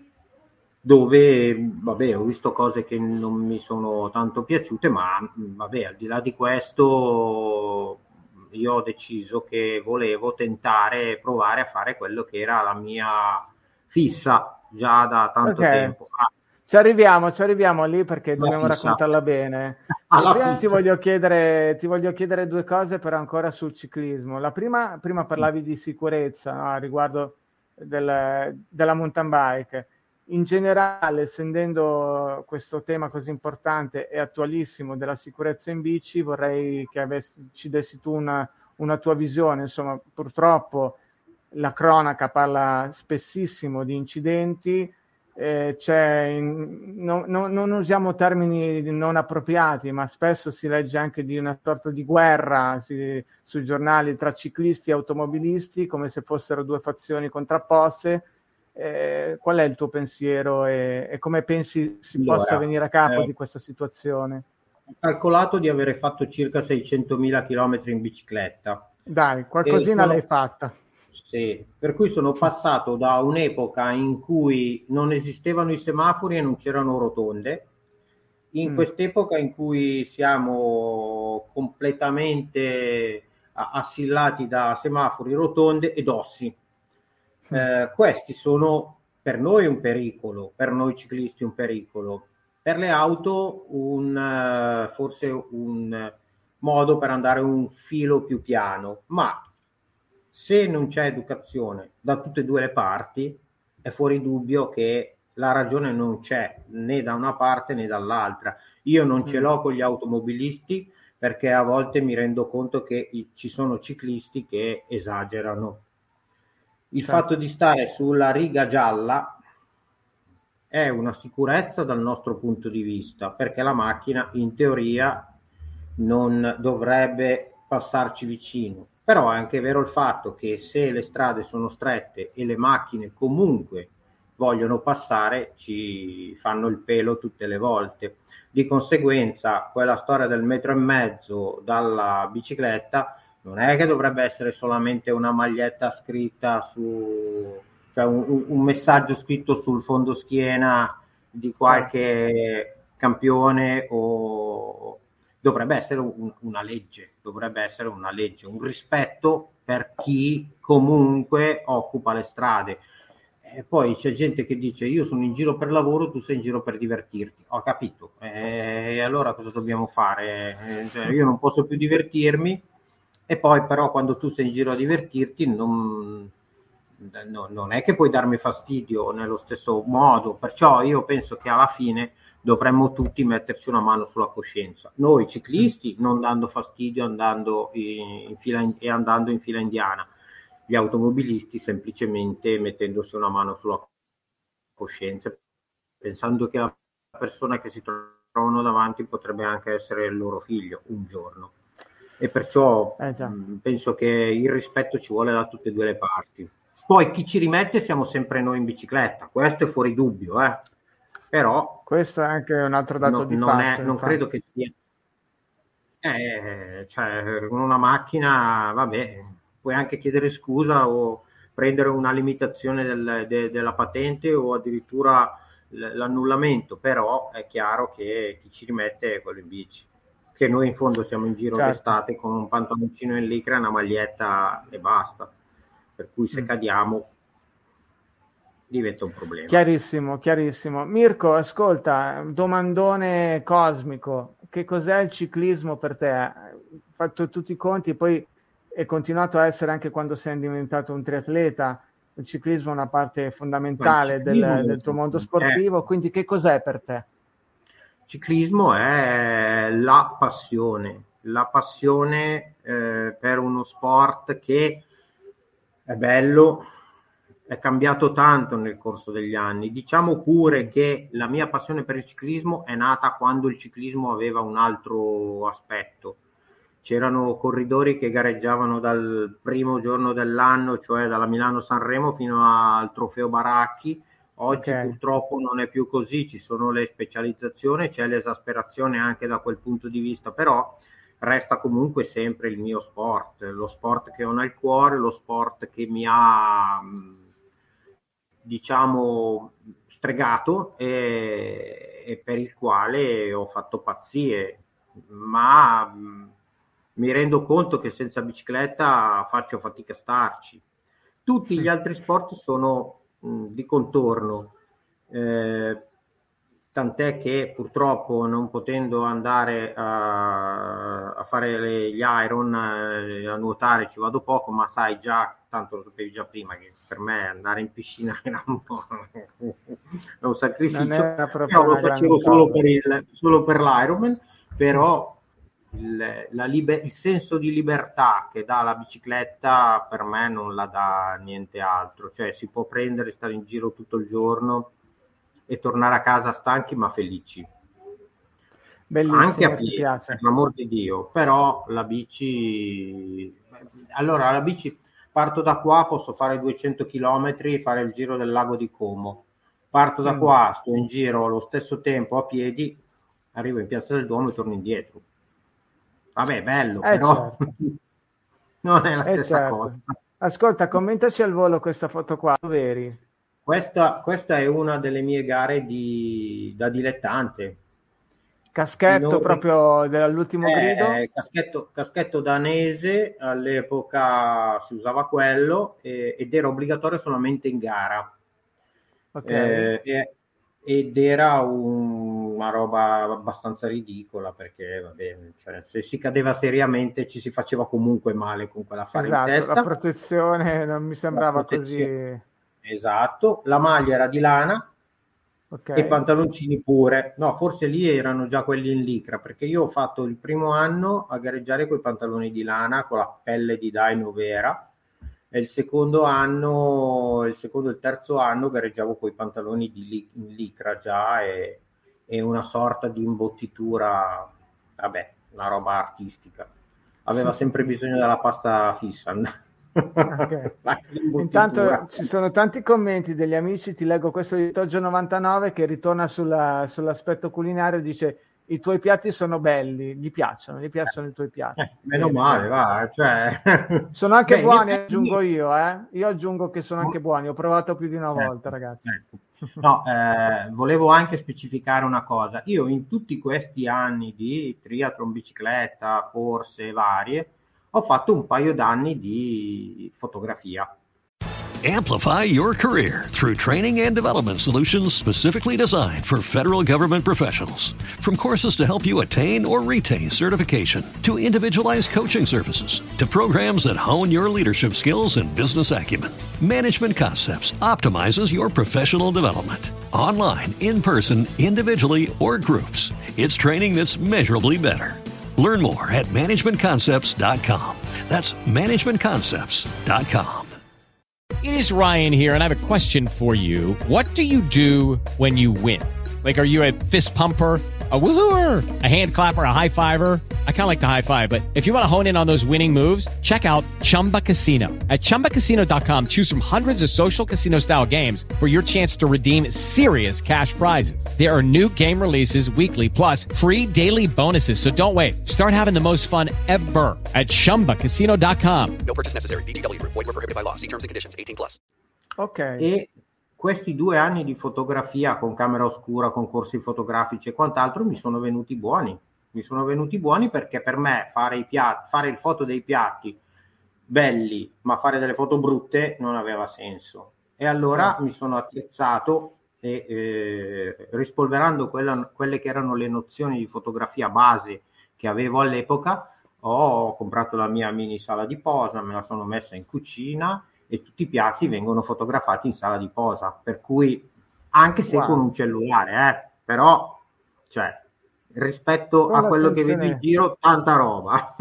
[SPEAKER 5] dove vabbè, ho visto cose che non mi sono tanto piaciute, ma vabbè, al di là di questo io ho deciso che volevo tentare e provare a fare quello che era la mia fissa già da tanto
[SPEAKER 4] okay.
[SPEAKER 5] tempo. Ah,
[SPEAKER 4] Ci arriviamo, ci arriviamo lì perché
[SPEAKER 5] la
[SPEAKER 4] dobbiamo
[SPEAKER 5] fissa.
[SPEAKER 4] raccontarla bene.
[SPEAKER 5] Alla
[SPEAKER 4] Prima
[SPEAKER 5] fissa.
[SPEAKER 4] ti voglio chiedere, ti voglio chiedere due cose però ancora sul ciclismo. La prima, prima parlavi di sicurezza, no? Riguardo del, della mountain bike. In generale, estendendo questo tema così importante e attualissimo della sicurezza in bici, vorrei che avessi, ci dessi tu una, una tua visione. Insomma, purtroppo la cronaca parla spessissimo di incidenti. Eh, c'è in, no, no, non usiamo termini non appropriati, ma spesso si legge anche di una sorta di guerra si, sui giornali tra ciclisti e automobilisti, come se fossero due fazioni contrapposte. Eh, qual è il tuo pensiero e, e come pensi si
[SPEAKER 5] allora,
[SPEAKER 4] possa venire a capo
[SPEAKER 5] eh,
[SPEAKER 4] di questa situazione?
[SPEAKER 5] Ho calcolato di avere fatto circa seicentomila chilometri in bicicletta.
[SPEAKER 4] Dai, qualcosina
[SPEAKER 5] sono...
[SPEAKER 4] l'hai fatta.
[SPEAKER 5] Sì, per cui sono passato da un'epoca in cui non esistevano i semafori e non c'erano rotonde, in mm. quest'epoca in cui siamo completamente assillati da semafori, rotonde ed ossi. Mm. Eh, questi sono per noi un pericolo, per noi ciclisti un pericolo, per le auto un, forse un modo per andare un filo più piano, ma se non c'è educazione da tutte e due le parti, è fuori dubbio che la ragione non c'è né da una parte né dall'altra. Io non ce l'ho con gli automobilisti, perché a volte mi rendo conto che ci sono ciclisti che esagerano. Il certo. fatto di stare sulla riga gialla è una sicurezza dal nostro punto di vista, perché la macchina in teoria non dovrebbe passarci vicino. Però è anche vero il fatto che se le strade sono strette e le macchine comunque vogliono passare, ci fanno il pelo tutte le volte. Di conseguenza, quella storia del metro e mezzo dalla bicicletta non è che dovrebbe essere solamente una maglietta scritta su, cioè un, un messaggio scritto sul fondoschiena di qualche campione, o dovrebbe essere un, una legge, dovrebbe essere una legge, un rispetto per chi comunque occupa le strade. E poi c'è gente che dice: io sono in giro per lavoro, tu sei in giro per divertirti. Ho capito, e eh, allora cosa dobbiamo fare? Eh, cioè, io non posso più divertirmi, e poi però quando tu sei in giro a divertirti non, no, non è che puoi darmi fastidio nello stesso modo. Perciò io penso che alla fine dovremmo tutti metterci una mano sulla coscienza. Noi ciclisti non dando fastidio andando in fila in, e andando in fila indiana, gli automobilisti semplicemente mettendosi una mano sulla coscienza, pensando che la persona che si trovano davanti potrebbe anche essere il loro figlio un giorno. E perciò eh, mh, penso che il rispetto ci vuole da tutte e due le parti. Poi chi ci rimette siamo sempre noi in bicicletta, questo è fuori dubbio, eh. Però
[SPEAKER 4] questo è anche un altro dato
[SPEAKER 5] no,
[SPEAKER 4] di
[SPEAKER 5] non,
[SPEAKER 4] fatto.
[SPEAKER 5] è, non credo che sia... Eh, cioè, con una macchina, vabbè, puoi anche chiedere scusa o prendere una limitazione del, de, della patente o addirittura l'annullamento, però è chiaro che chi ci rimette è quello in bici, che noi in fondo siamo in giro
[SPEAKER 4] certo.
[SPEAKER 5] d'estate con un pantaloncino in licra, una maglietta e basta, per cui se mm. cadiamo diventa un problema.
[SPEAKER 4] Chiarissimo, chiarissimo. Mirko, ascolta, domandone cosmico, che cos'è il ciclismo per te? Hai fatto tutti i conti, poi è continuato a essere anche quando sei diventato un triatleta. Il ciclismo è una parte fondamentale del, del tuo mondo sportivo, è... quindi che cos'è per te?
[SPEAKER 5] Il ciclismo è la passione, la passione eh, per uno sport che è bello, è cambiato tanto nel corso degli anni. Diciamo pure che la mia passione per il ciclismo è nata quando il ciclismo aveva un altro aspetto. C'erano corridori che gareggiavano dal primo giorno dell'anno, cioè dalla Milano-Sanremo fino al Trofeo Baracchi. Oggi okay. purtroppo non è più così, ci sono le specializzazioni, c'è l'esasperazione anche da quel punto di vista, però resta comunque sempre il mio sport, lo sport che ho nel cuore, lo sport che mi ha, diciamo, stregato e, e per il quale ho fatto pazzie, ma mi rendo conto che senza bicicletta faccio fatica a starci. Tutti sì. gli altri sport sono mh, di contorno, eh, tant'è che purtroppo non potendo andare a, a fare le, gli Iron, eh, a nuotare ci vado poco, ma sai già, tanto lo sapevi già prima, che per me andare in piscina era un po' un sacrificio. Io lo facevo solo per, il, solo per l'Ironman, però il, la liber- il senso di libertà che dà la bicicletta per me non la dà niente altro, cioè si può prendere, stare in giro tutto il giorno e tornare a casa stanchi ma felici. Bellissimo, anche a piedi, per l'amor di Dio, però la bici, allora la bici, parto da qua, posso fare duecento chilometri e fare il giro del lago di Como, parto da mm. qua, sto in giro allo stesso tempo a piedi, arrivo in Piazza del Duomo e torno indietro. Vabbè, bello, eh però certo. non è la eh stessa certo. cosa.
[SPEAKER 4] Ascolta, commentaci al volo questa foto qua, veri?
[SPEAKER 5] Questa, questa è una delle mie gare di, da dilettante.
[SPEAKER 4] Caschetto Inoltre, proprio dell'ultimo
[SPEAKER 5] eh,
[SPEAKER 4] grido?
[SPEAKER 5] Caschetto, caschetto danese, all'epoca si usava quello eh, ed era obbligatorio solamente in gara. Okay. Eh, ed era un, una roba abbastanza ridicola perché vabbè, cioè, se si cadeva seriamente ci si faceva comunque male con quell'affare
[SPEAKER 4] esatto,
[SPEAKER 5] in testa.
[SPEAKER 4] La protezione non mi sembrava così.
[SPEAKER 5] Esatto, la maglia era di lana okay. e i pantaloncini pure, no, forse lì erano già quelli in licra, perché io ho fatto il primo anno a gareggiare con i pantaloni di lana con la pelle di daino vera e il secondo anno, il secondo e il terzo anno gareggiavo con i pantaloni di li- in licra già e, e una sorta di imbottitura, vabbè, una roba artistica. Aveva sempre bisogno della pasta fissa.
[SPEAKER 4] Okay. Intanto ci sono tanti commenti degli amici, ti leggo questo di Toggio novantanove che ritorna sulla, sull'aspetto culinario, dice i tuoi piatti sono belli, gli piacciono, gli piacciono i tuoi piatti.
[SPEAKER 5] Eh, meno eh, male, va, cioè...
[SPEAKER 4] Sono anche Beh, buoni, aggiungo io, eh? Io aggiungo che sono anche buoni, ho provato più di una
[SPEAKER 5] ecco,
[SPEAKER 4] volta, ragazzi.
[SPEAKER 5] Ecco. No, eh, volevo anche specificare una cosa, io in tutti questi anni di triathlon, bicicletta, corse varie, ho fatto un paio d'anni di fotografia.
[SPEAKER 1] Amplify your career through training and development solutions specifically designed for federal government professionals. From courses to help you attain or retain certification, to individualized coaching services, to programs that hone your leadership skills and business acumen, Management Concepts optimizes your professional development. Online, in person, individually, or groups, it's training that's measurably better. Learn more at management concepts dot com. That's management concepts dot com.
[SPEAKER 2] It is Ryan here, and I have a question for you. What do you do when you win? Like, are you a fist pumper? A woohooer, a hand clapper, a high fiver. I kind of like the high five, but if you want to hone in on those winning moves, check out Chumba Casino. At chumba casino dot com, choose from hundreds of social casino style games for your chance to redeem serious cash prizes. There are new game releases weekly, plus free daily bonuses. So don't wait. Start having the most fun ever at chumba casino dot com.
[SPEAKER 3] No purchase necessary. V G W Group. Void where prohibited by law. See terms and conditions. eighteen plus.
[SPEAKER 4] Ok.
[SPEAKER 5] E questi due anni di fotografia con camera oscura, con corsi fotografici e quant'altro mi sono venuti buoni. Mi sono venuti buoni perché per me fare i piatti, fare il foto dei piatti belli, ma fare delle foto brutte non aveva senso. E allora sì. mi sono attrezzato e eh, rispolverando quella, quelle che erano le nozioni di fotografia base che avevo all'epoca, ho comprato la mia mini sala di posa, me la sono messa in cucina e tutti i piatti vengono fotografati in sala di posa, per cui anche se wow. con un cellulare, eh, però cioè rispetto con a quello che vedo in giro, tanta roba.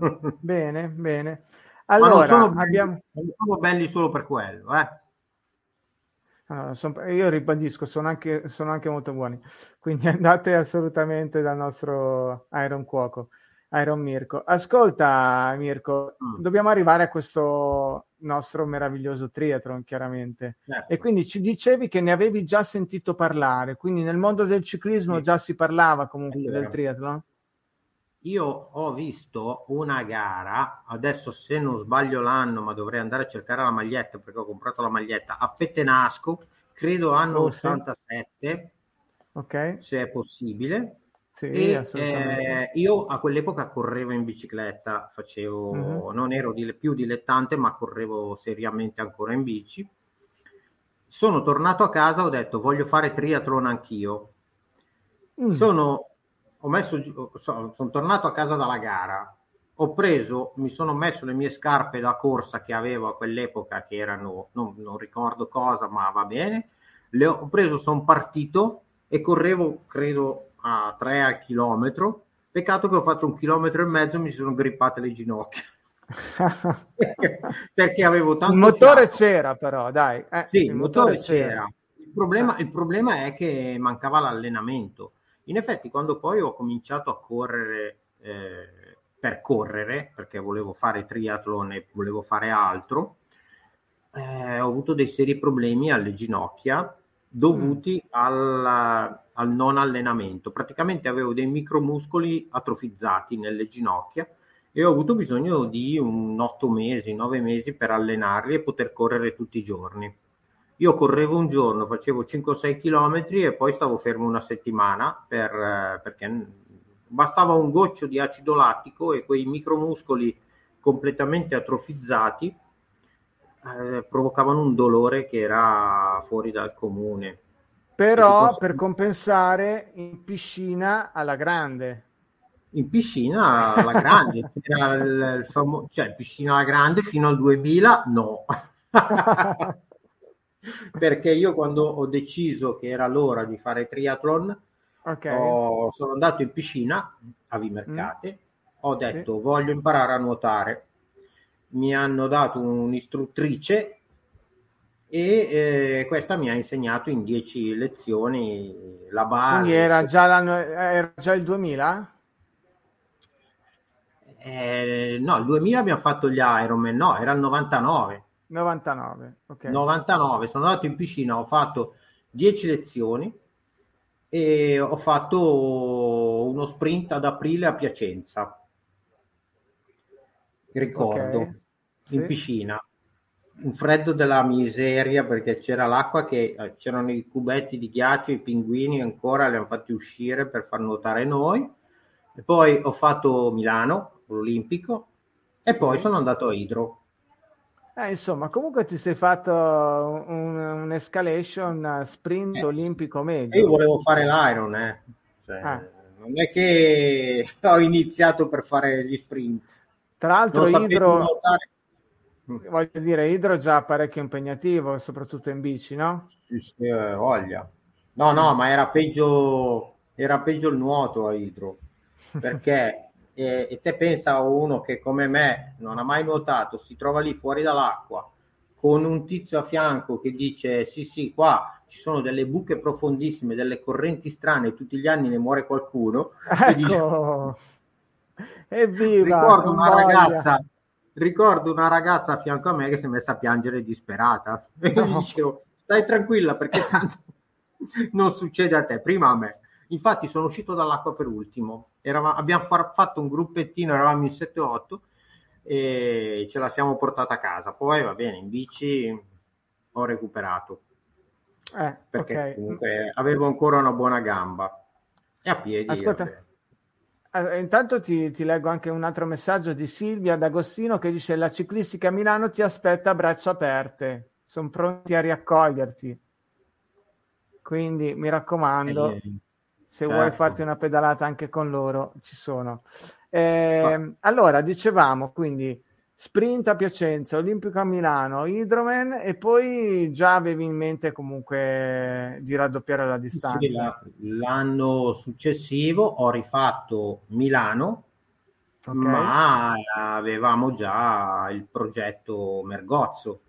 [SPEAKER 4] Bene, bene. Allora,
[SPEAKER 5] non sono, belli,
[SPEAKER 4] abbiamo...
[SPEAKER 5] non sono belli solo per quello, eh.
[SPEAKER 4] Allora, son, io ribadisco, sono anche, sono anche molto buoni, quindi andate assolutamente dal nostro Iron Cuoco, Iron Mirko. Ascolta Mirko, mm. dobbiamo arrivare a questo nostro meraviglioso triathlon, chiaramente, certo. E quindi ci dicevi che ne avevi già sentito parlare, quindi nel mondo del ciclismo sì. già si parlava comunque allora, del triathlon?
[SPEAKER 5] Io ho visto una gara, adesso se non sbaglio l'anno, ma dovrei andare a cercare la maglietta perché ho comprato la maglietta, a Pettenasco, credo anno oh, sì. ottantasette,
[SPEAKER 4] ok,
[SPEAKER 5] se è possibile.
[SPEAKER 4] Sì,
[SPEAKER 5] e, eh, io a quell'epoca correvo in bicicletta, facevo, uh-huh. non ero dile, più dilettante, ma correvo seriamente ancora in bici. Sono tornato a casa, ho detto voglio fare triathlon anch'io. Mm. Sono, ho messo, sono, sono tornato a casa dalla gara, ho preso, mi sono messo le mie scarpe da corsa che avevo a quell'epoca, che erano, non, non ricordo cosa, ma va bene, le ho, ho preso, sono partito e correvo, credo, a tre al chilometro. Peccato che ho fatto un chilometro e mezzo e mi sono grippate le ginocchia perché, perché avevo tanto
[SPEAKER 4] il motore
[SPEAKER 5] fiato.
[SPEAKER 4] C'era però dai eh,
[SPEAKER 5] sì, il motore, motore c'era, c'era. Il, problema, il problema è che mancava l'allenamento. In effetti quando poi ho cominciato a correre eh, per correre, perché volevo fare triathlon e volevo fare altro, eh, ho avuto dei seri problemi alle ginocchia dovuti mm. al, al non allenamento. Praticamente avevo dei micromuscoli atrofizzati nelle ginocchia e ho avuto bisogno di un otto mesi, nove mesi per allenarli e poter correre tutti i giorni. Io correvo un giorno, facevo cinque o sei chilometri e poi stavo fermo una settimana per, perché bastava un goccio di acido lattico e quei micromuscoli completamente atrofizzati Eh, provocavano un dolore che era fuori dal comune.
[SPEAKER 4] Però per compensare in piscina alla grande.
[SPEAKER 5] In piscina alla grande, era il, il famo- cioè piscina alla grande fino al duemila no. Perché io quando ho deciso che era l'ora di fare triathlon, okay. ho, sono andato in piscina a Vimercate, mm. ho detto sì. voglio imparare a nuotare. Mi hanno dato un'istruttrice e eh, questa mi ha insegnato in dieci lezioni la base.
[SPEAKER 4] Quindi era già, l'anno, era già il duemila?
[SPEAKER 5] Eh, no, il duemila abbiamo fatto gli Ironman, no, era il novantanove.
[SPEAKER 4] novantanove, ok.
[SPEAKER 5] novantanove, sono andato in piscina, ho fatto dieci lezioni e ho fatto uno sprint ad aprile a Piacenza. Ricordo, okay. in sì. piscina, un freddo della miseria perché c'era l'acqua, che c'erano i cubetti di ghiaccio, i pinguini ancora li hanno fatti uscire per far nuotare noi, e poi ho fatto Milano, l'Olimpico, e sì. poi sono andato a Idro.
[SPEAKER 4] Eh, insomma, comunque ti sei fatto un, un'escalation sprint eh, olimpico medio.
[SPEAKER 5] Io volevo fare l'Iron, eh. Cioè, ah. non è che ho iniziato per fare gli sprint.
[SPEAKER 4] Tra l'altro Idro, voglio dire, Idro è già parecchio impegnativo, soprattutto in bici, no?
[SPEAKER 5] Sì, sì, eh, voglia. No, no, ma era peggio, era peggio il nuoto a Idro, perché eh, e te pensa a uno che come me non ha mai nuotato, si trova lì fuori dall'acqua con un tizio a fianco che dice sì sì qua ci sono delle buche profondissime, delle correnti strane, tutti gli anni ne muore qualcuno.
[SPEAKER 4] Ecco, evviva!
[SPEAKER 5] Ricordo una
[SPEAKER 4] voglia.
[SPEAKER 5] ragazza, ricordo una ragazza a fianco a me che si è messa a piangere disperata. E io
[SPEAKER 4] No.
[SPEAKER 5] gli dicevo, stai tranquilla perché tanto non succede a te, prima a me. Infatti sono uscito dall'acqua per ultimo. Eravamo, abbiamo far, fatto un gruppettino, eravamo in sette otto e ce la siamo portata a casa. Poi va bene, in bici ho recuperato.
[SPEAKER 4] Eh,
[SPEAKER 5] Perché
[SPEAKER 4] ok.
[SPEAKER 5] comunque avevo ancora una buona gamba. E a piedi.
[SPEAKER 4] Ascolta.
[SPEAKER 5] vabbè.
[SPEAKER 4] Eh, Intanto ti, ti leggo anche un altro messaggio di Silvia D'Agostino che dice: la ciclistica a Milano ti aspetta a braccia aperte, sono pronti a riaccoglierti, quindi mi raccomando,
[SPEAKER 5] Eh,
[SPEAKER 4] se
[SPEAKER 5] certo.
[SPEAKER 4] vuoi farti una pedalata anche con loro ci sono. Eh, allora dicevamo quindi sprint a Piacenza, olimpico a Milano, Hydroman, e poi già avevi in mente comunque di raddoppiare la distanza.
[SPEAKER 5] Sì, la- l'anno successivo ho rifatto Milano,
[SPEAKER 4] Ok.
[SPEAKER 5] ma avevamo già il progetto Mergozzo.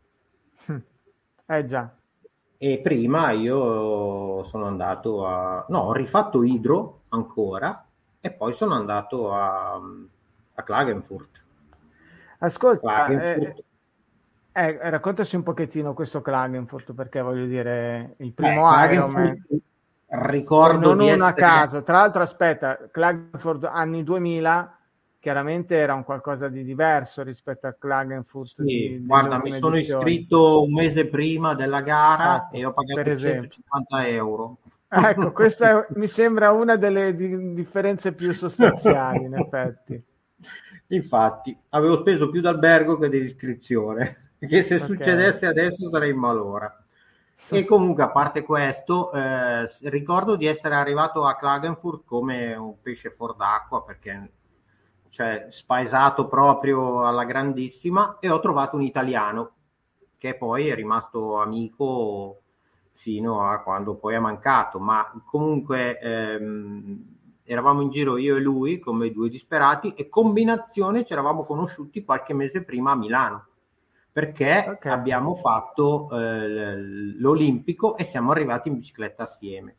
[SPEAKER 4] Eh già.
[SPEAKER 5] E prima io sono andato a... No, ho rifatto Hydro ancora e poi sono andato a, a Klagenfurt.
[SPEAKER 4] Ascolta,
[SPEAKER 5] Klagenfurt.
[SPEAKER 4] eh, eh, raccontaci un pochettino questo Klagenfurt, perché voglio dire, il
[SPEAKER 5] Eh,
[SPEAKER 4] primo Ironman,
[SPEAKER 5] Klagenfurt, ricordo
[SPEAKER 4] non
[SPEAKER 5] di
[SPEAKER 4] uno a
[SPEAKER 5] essere...
[SPEAKER 4] caso. Tra l'altro, aspetta, Klagenfurt anni duemila chiaramente era un qualcosa di diverso rispetto a Klagenfurt
[SPEAKER 5] Sì,
[SPEAKER 4] di, delle
[SPEAKER 5] guarda, mi
[SPEAKER 4] ultime
[SPEAKER 5] sono
[SPEAKER 4] edizioni.
[SPEAKER 5] iscritto un mese prima della gara
[SPEAKER 4] Ecco,
[SPEAKER 5] e ho pagato
[SPEAKER 4] per esempio.
[SPEAKER 5] centocinquanta euro.
[SPEAKER 4] Ecco, questa è- mi sembra una delle di- differenze più sostanziali, in effetti.
[SPEAKER 5] Infatti, avevo speso più d'albergo che dell'iscrizione, che se
[SPEAKER 4] Ok.
[SPEAKER 5] succedesse adesso sarei in malora. E comunque, a parte questo, eh, s- ricordo di essere arrivato a Klagenfurt come un pesce fuor d'acqua, perché cioè spaesato proprio alla grandissima, e ho trovato un italiano che poi è rimasto amico fino a quando poi è mancato, ma comunque ehm, eravamo in giro io e lui come due disperati e combinazione ci eravamo conosciuti qualche mese prima a Milano, perché
[SPEAKER 4] Ok.
[SPEAKER 5] abbiamo fatto eh, l'Olimpico e siamo arrivati in bicicletta assieme.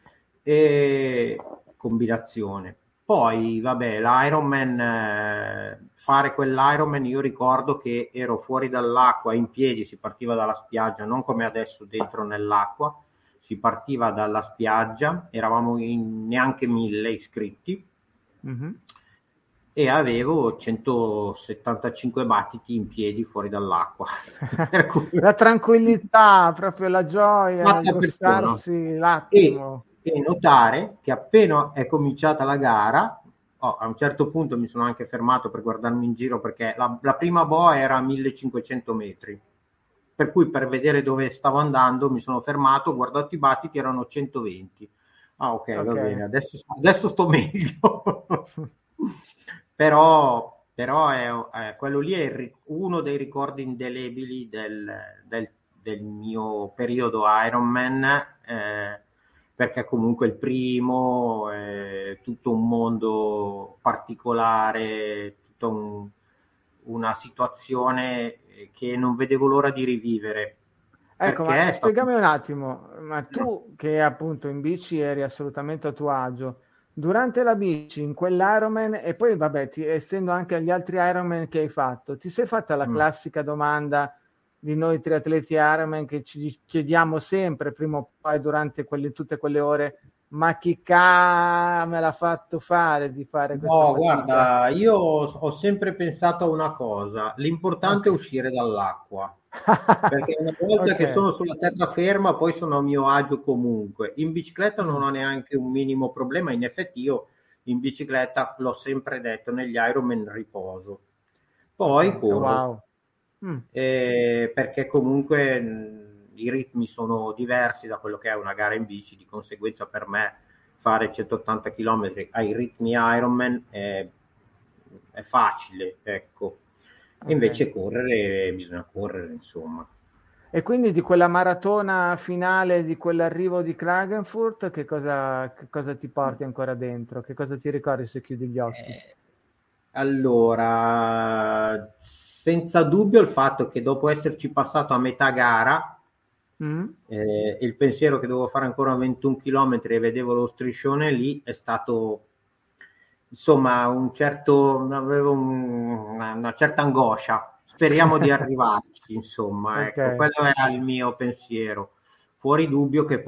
[SPEAKER 5] E combinazione. Poi, vabbè, l'Ironman, eh, fare quell'Ironman, io ricordo che ero fuori dall'acqua, in piedi, si partiva dalla spiaggia, non come adesso dentro nell'acqua, si partiva dalla spiaggia, eravamo in neanche mille iscritti
[SPEAKER 4] Mhm.
[SPEAKER 5] e avevo centosettantacinque battiti in piedi fuori dall'acqua. Per cui-
[SPEAKER 4] La tranquillità, proprio la gioia,
[SPEAKER 5] Fatta
[SPEAKER 4] il
[SPEAKER 5] persona.
[SPEAKER 4] gustarsi
[SPEAKER 5] e,
[SPEAKER 4] l'attimo.
[SPEAKER 5] e notare che appena è cominciata la gara, oh, a un certo punto mi sono anche fermato per guardarmi in giro perché la, la prima boa era a millecinquecento metri, per cui per vedere dove stavo andando mi sono fermato, ho guardato i battiti, erano centoventi. Ah, ok, va
[SPEAKER 4] Ok.
[SPEAKER 5] bene, adesso, adesso sto meglio. però però è, è- quello lì è il ri- uno dei ricordi indelebili del, del- del mio periodo Ironman, eh, perché comunque il primo è tutto un mondo particolare, tutta un- una situazione che non vedevo l'ora di rivivere.
[SPEAKER 4] Ecco,
[SPEAKER 5] Perché
[SPEAKER 4] ma
[SPEAKER 5] è stato-
[SPEAKER 4] spiegami un attimo, ma tu che appunto in bici eri assolutamente a tuo agio, durante la bici, in quell'Ironman, e poi vabbè, ti, essendo anche agli altri Ironman che hai fatto, ti sei fatta la
[SPEAKER 5] Mm.
[SPEAKER 4] classica domanda di noi triatleti Ironman che ci chiediamo sempre, prima o poi durante quelle, tutte quelle ore, ma chi ca me l'ha fatto fare di fare questa
[SPEAKER 5] No,
[SPEAKER 4] fatica?
[SPEAKER 5] guarda, io ho ho sempre pensato a una cosa, l'importante
[SPEAKER 4] Ok.
[SPEAKER 5] è uscire dall'acqua, perché una volta
[SPEAKER 4] Ok.
[SPEAKER 5] che sono sulla terraferma poi sono a mio agio comunque. In bicicletta non
[SPEAKER 4] Mm.
[SPEAKER 5] ho neanche un minimo problema, in effetti io in bicicletta, l'ho sempre detto, negli Ironman riposo. Poi
[SPEAKER 4] Ok,
[SPEAKER 5] corro,
[SPEAKER 4] wow. Mm.
[SPEAKER 5] eh, perché comunque mh, i ritmi sono diversi da quello che è una gara in bici, di conseguenza per me fare centottanta chilometri ai ritmi Ironman è, è facile, ecco.
[SPEAKER 4] Ok.
[SPEAKER 5] E invece correre, bisogna correre, insomma.
[SPEAKER 4] E quindi di quella maratona finale, di quell'arrivo di Klagenfurt, che cosa, che cosa ti porti ancora dentro? Che cosa ti ricordi se chiudi gli occhi?
[SPEAKER 5] Eh, allora, senza dubbio il fatto che dopo esserci passato a metà gara, Mm. Eh, il pensiero che dovevo fare ancora ventuno chilometri e vedevo lo striscione lì è stato, insomma, un certo, avevo un, una, una certa angoscia. Speriamo di arrivarci, insomma, okay. Ecco, quello era il mio pensiero. Fuori dubbio che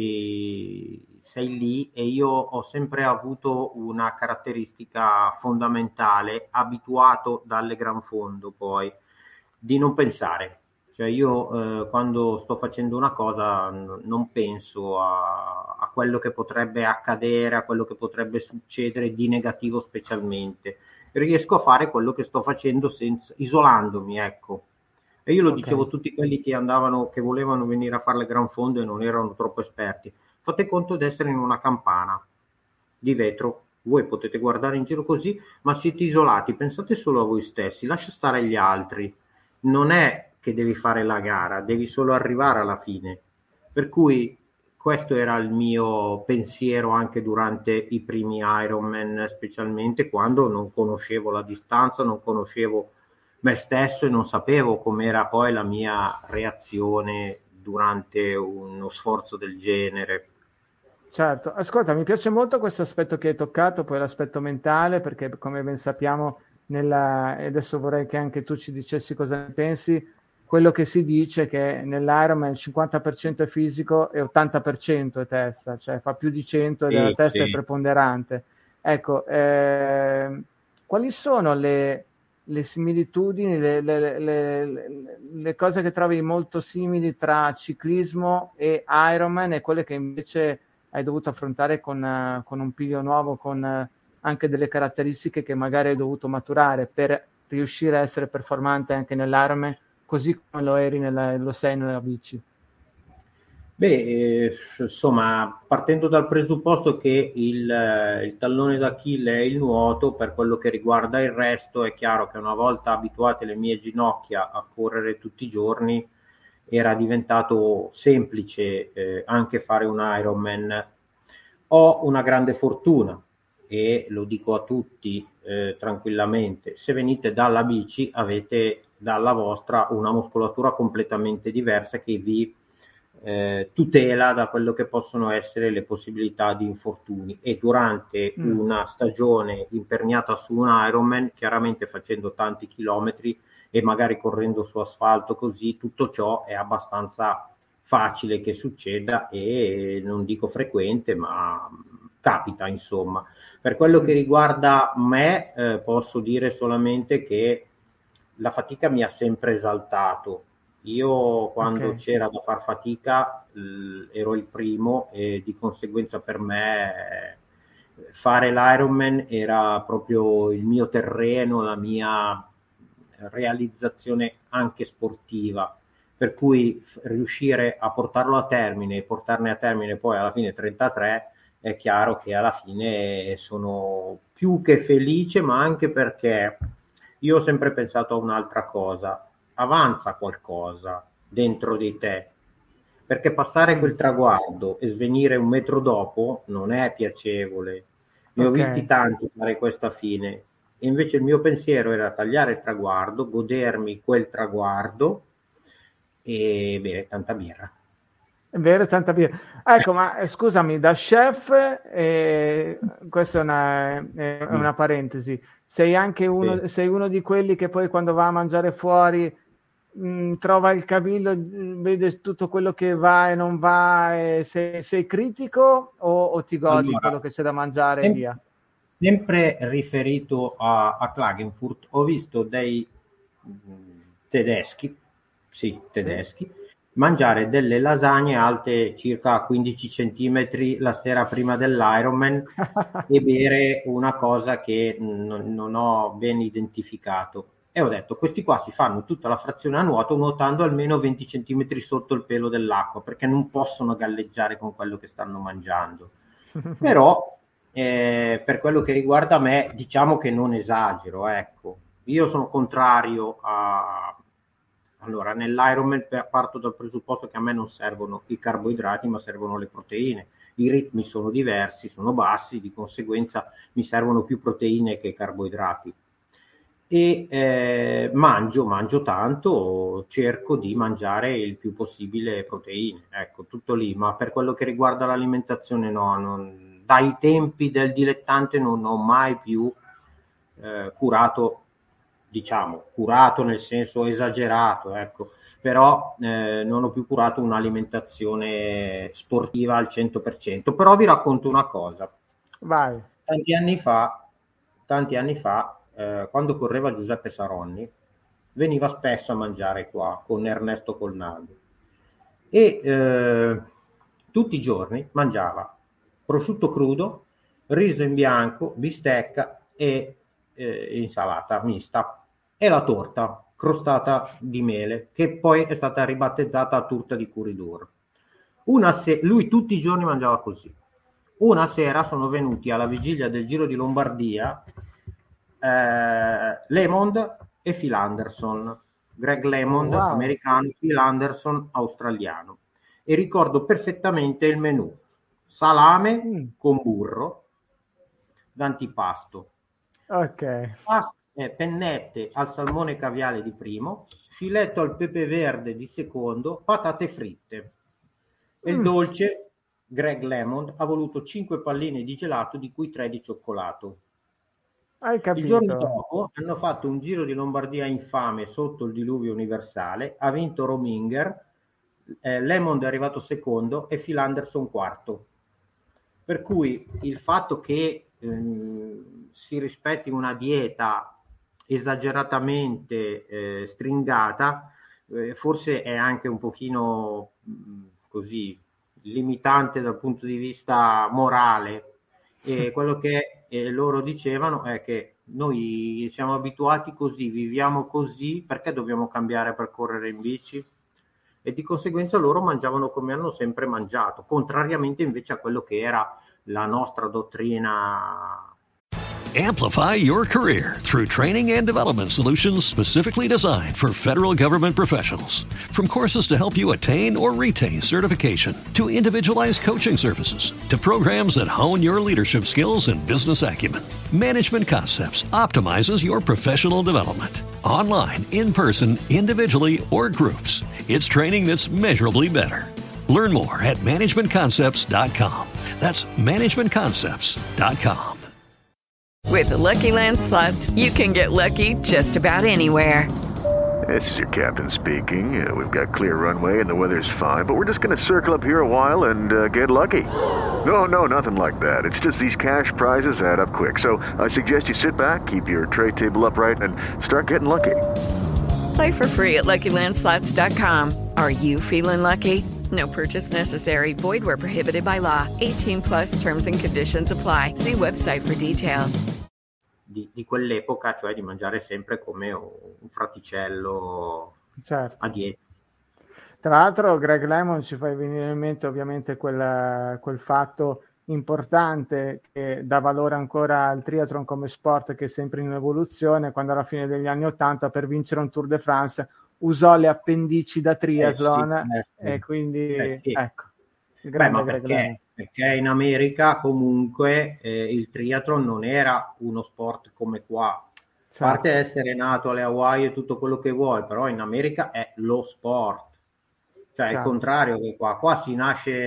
[SPEAKER 5] poi sei lì, e io ho sempre avuto una caratteristica fondamentale, abituato dalle gran fondo poi, di non pensare. Cioè io eh, quando sto facendo una cosa n- non penso a, a quello che potrebbe accadere, a quello che potrebbe succedere di negativo specialmente. Riesco a fare quello che sto facendo senza, isolandomi, ecco. E io lo okay. dicevo a tutti quelli che andavano, che volevano venire a fare le gran fondo e non erano troppo esperti. Fate conto di essere in una campana di vetro. Voi potete guardare in giro così, ma siete isolati. Pensate solo a voi stessi, lascia stare gli altri. Non è che devi fare la gara, devi solo arrivare alla fine. Per cui questo era il mio pensiero anche durante i primi Ironman, specialmente quando non conoscevo la distanza, non conoscevo me stesso e non sapevo com'era poi la mia reazione durante uno sforzo del genere.
[SPEAKER 4] Certo, ascolta, mi piace molto questo aspetto che hai toccato, poi l'aspetto mentale, perché come ben sappiamo, nella... e adesso vorrei che anche tu ci dicessi cosa ne pensi, quello che si dice è che nell'Ironman il cinquanta per cento è fisico e ottanta per cento è testa, cioè fa più di cento e sì, la testa sì. è preponderante. Ecco, eh, quali sono le... le similitudini, le, le, le, le cose che trovi molto simili tra ciclismo e Ironman e quelle che invece hai dovuto affrontare con, uh, con un piglio nuovo, con uh, anche delle caratteristiche che magari hai dovuto maturare per riuscire a essere performante anche nell'Ironman, così come lo eri nella, lo sei nella bici.
[SPEAKER 5] Beh, eh, insomma, partendo dal presupposto che il, eh, il tallone d'Achille è il nuoto, per quello che riguarda il resto è chiaro che una volta abituate le mie ginocchia a correre tutti i giorni era diventato semplice eh, anche fare un Ironman. Ho una grande fortuna e lo dico a tutti eh, tranquillamente: se venite dalla bici avete dalla vostra una muscolatura completamente diversa che vi Eh, tutela da quello che possono essere le possibilità di infortuni, e durante mm. una stagione imperniata su un Ironman, chiaramente facendo tanti chilometri e magari correndo su asfalto, così tutto ciò è abbastanza facile che succeda, e non dico frequente, ma capita, insomma. Per quello che riguarda me eh, posso dire solamente che la fatica mi ha sempre esaltato. Io quando okay. c'era da far fatica l- ero il primo, e di conseguenza per me eh, fare l'Ironman era proprio il mio terreno, la mia realizzazione anche sportiva, per cui f- riuscire a portarlo a termine e portarne a termine poi alla fine trentatré, è chiaro che alla fine sono più che felice, ma anche perché io ho sempre pensato a un'altra cosa: avanza qualcosa dentro di te, perché passare quel traguardo e svenire un metro dopo non è piacevole. Ne okay. ho visti tanti fare questa fine, e invece il mio pensiero era tagliare il traguardo, godermi quel traguardo e bere tanta birra.
[SPEAKER 4] Bere tanta birra. Ecco, ma eh, scusami, da chef, eh, questa è una, è una parentesi, sei anche uno, sì. sei uno di quelli che poi quando va a mangiare fuori mh, trova il cavillo, vede tutto quello che va e non va, e sei, sei critico o, o ti godi allora, quello che c'è da mangiare sem- e via?
[SPEAKER 5] Sempre riferito a, a Klagenfurt, ho visto dei mh, tedeschi, sì, tedeschi, sì. mangiare delle lasagne alte circa quindici centimetri la sera prima dell'Ironman e bere una cosa che n- non ho ben identificato. E ho detto: questi qua si fanno tutta la frazione a nuoto nuotando almeno venti centimetri sotto il pelo dell'acqua, perché non possono galleggiare con quello che stanno mangiando. Però eh, per quello che riguarda me, diciamo che non esagero, ecco. Io sono contrario a... Allora, nell'Ironman parto dal presupposto che a me non servono i carboidrati, ma servono le proteine. I ritmi sono diversi, sono bassi, di conseguenza mi servono più proteine che carboidrati. e eh, mangio, mangio tanto, cerco di mangiare il più possibile proteine, ecco, tutto lì, ma per quello che riguarda l'alimentazione no, non, dai tempi del dilettante non ho mai più eh, curato, diciamo, curato nel senso esagerato, ecco, però eh, non ho più curato un'alimentazione sportiva al cento per cento. Però vi racconto una cosa.
[SPEAKER 4] Vai.
[SPEAKER 5] Tanti anni fa, tanti anni fa, eh, quando correva Giuseppe Saronni, veniva spesso a mangiare qua con Ernesto Colnaldo e eh, tutti i giorni mangiava prosciutto crudo, riso in bianco, bistecca e eh, insalata mista e la torta crostata di mele, che poi è stata ribattezzata a torta di Curidur. Una se- lui tutti i giorni mangiava così. Una sera sono venuti alla vigilia del Giro di Lombardia eh, Lemond e Phil Anderson, Greg Lemond,
[SPEAKER 4] Wow.
[SPEAKER 5] americano, Phil Anderson, australiano, e ricordo perfettamente il menù: salame
[SPEAKER 4] Mm.
[SPEAKER 5] con burro d'antipasto,
[SPEAKER 4] Ok.
[SPEAKER 5] pasta, eh, pennette al salmone caviale di primo, filetto al pepe verde di secondo, patate fritte. E il
[SPEAKER 4] Mm.
[SPEAKER 5] dolce, Greg Lemond ha voluto cinque palline di gelato, di cui tre di cioccolato.
[SPEAKER 4] Hai
[SPEAKER 5] Il giorno
[SPEAKER 4] capito?
[SPEAKER 5] dopo hanno fatto un Giro di Lombardia infame sotto il diluvio universale, ha vinto Rominger, eh, Lemond è arrivato secondo e Phil Anderson quarto. Per cui il fatto che ehm, si rispetti una dieta esageratamente eh, stringata eh, forse è anche un pochino mh, così limitante dal punto di vista morale, e quello che eh, loro dicevano è che noi siamo abituati così, viviamo così, perché dobbiamo cambiare per correre in bici? E di conseguenza loro mangiavano come hanno sempre mangiato, contrariamente invece a quello che era la nostra dottrina.
[SPEAKER 1] Amplify your career through training and development solutions specifically designed for federal government professionals. From courses to help you attain or retain certification, to individualized coaching services, to programs that hone your leadership skills and business acumen, Management Concepts optimizes your professional development. Online, in person, individually, or groups, it's training that's measurably better. Learn more at management concepts dot com. That's management concepts dot com.
[SPEAKER 7] With the Lucky Land Slots, you can get lucky just about anywhere.
[SPEAKER 8] This is your captain speaking. Uh, we've got clear runway and the weather's fine, but we're just going to circle up here a while and uh, get lucky. No, no, nothing like that. It's just these cash prizes add up quick. So I suggest you sit back, keep your tray table upright, and start getting lucky.
[SPEAKER 7] Play for free at lucky land slots dot com. Are you feeling lucky? No purchase necessary. Void where prohibited by law. eighteen plus terms and conditions apply. See website for details.
[SPEAKER 5] Di, di quell'epoca, cioè di mangiare sempre come un fraticello
[SPEAKER 4] Certo.
[SPEAKER 5] a dieta.
[SPEAKER 4] Tra l'altro Greg Lemond ci fa venire in mente ovviamente quel, quel fatto importante che dà valore ancora al triathlon come sport, che è sempre in evoluzione. Quando alla fine degli anni Ottanta, per vincere un Tour de France, usò le appendici da triathlon,
[SPEAKER 5] Eh sì, eh sì.
[SPEAKER 4] e quindi
[SPEAKER 5] Eh sì.
[SPEAKER 4] ecco il
[SPEAKER 5] Beh,
[SPEAKER 4] grande
[SPEAKER 5] ma
[SPEAKER 4] Greg
[SPEAKER 5] perché,
[SPEAKER 4] Lemond.
[SPEAKER 5] perché in America comunque eh, il triathlon non era uno sport come qua. A
[SPEAKER 4] Certo.
[SPEAKER 5] parte essere nato alle Hawaii e tutto quello che vuoi, però in America è lo sport. Cioè, è il
[SPEAKER 4] Certo.
[SPEAKER 5] contrario che qua. Qua si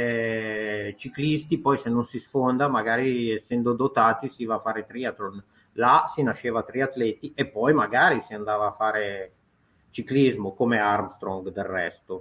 [SPEAKER 5] nasce ciclisti, poi se non si sfonda, magari essendo dotati, si va a fare triathlon. Là si nasceva triatleti e poi magari si andava a fare ciclismo, come Armstrong del resto.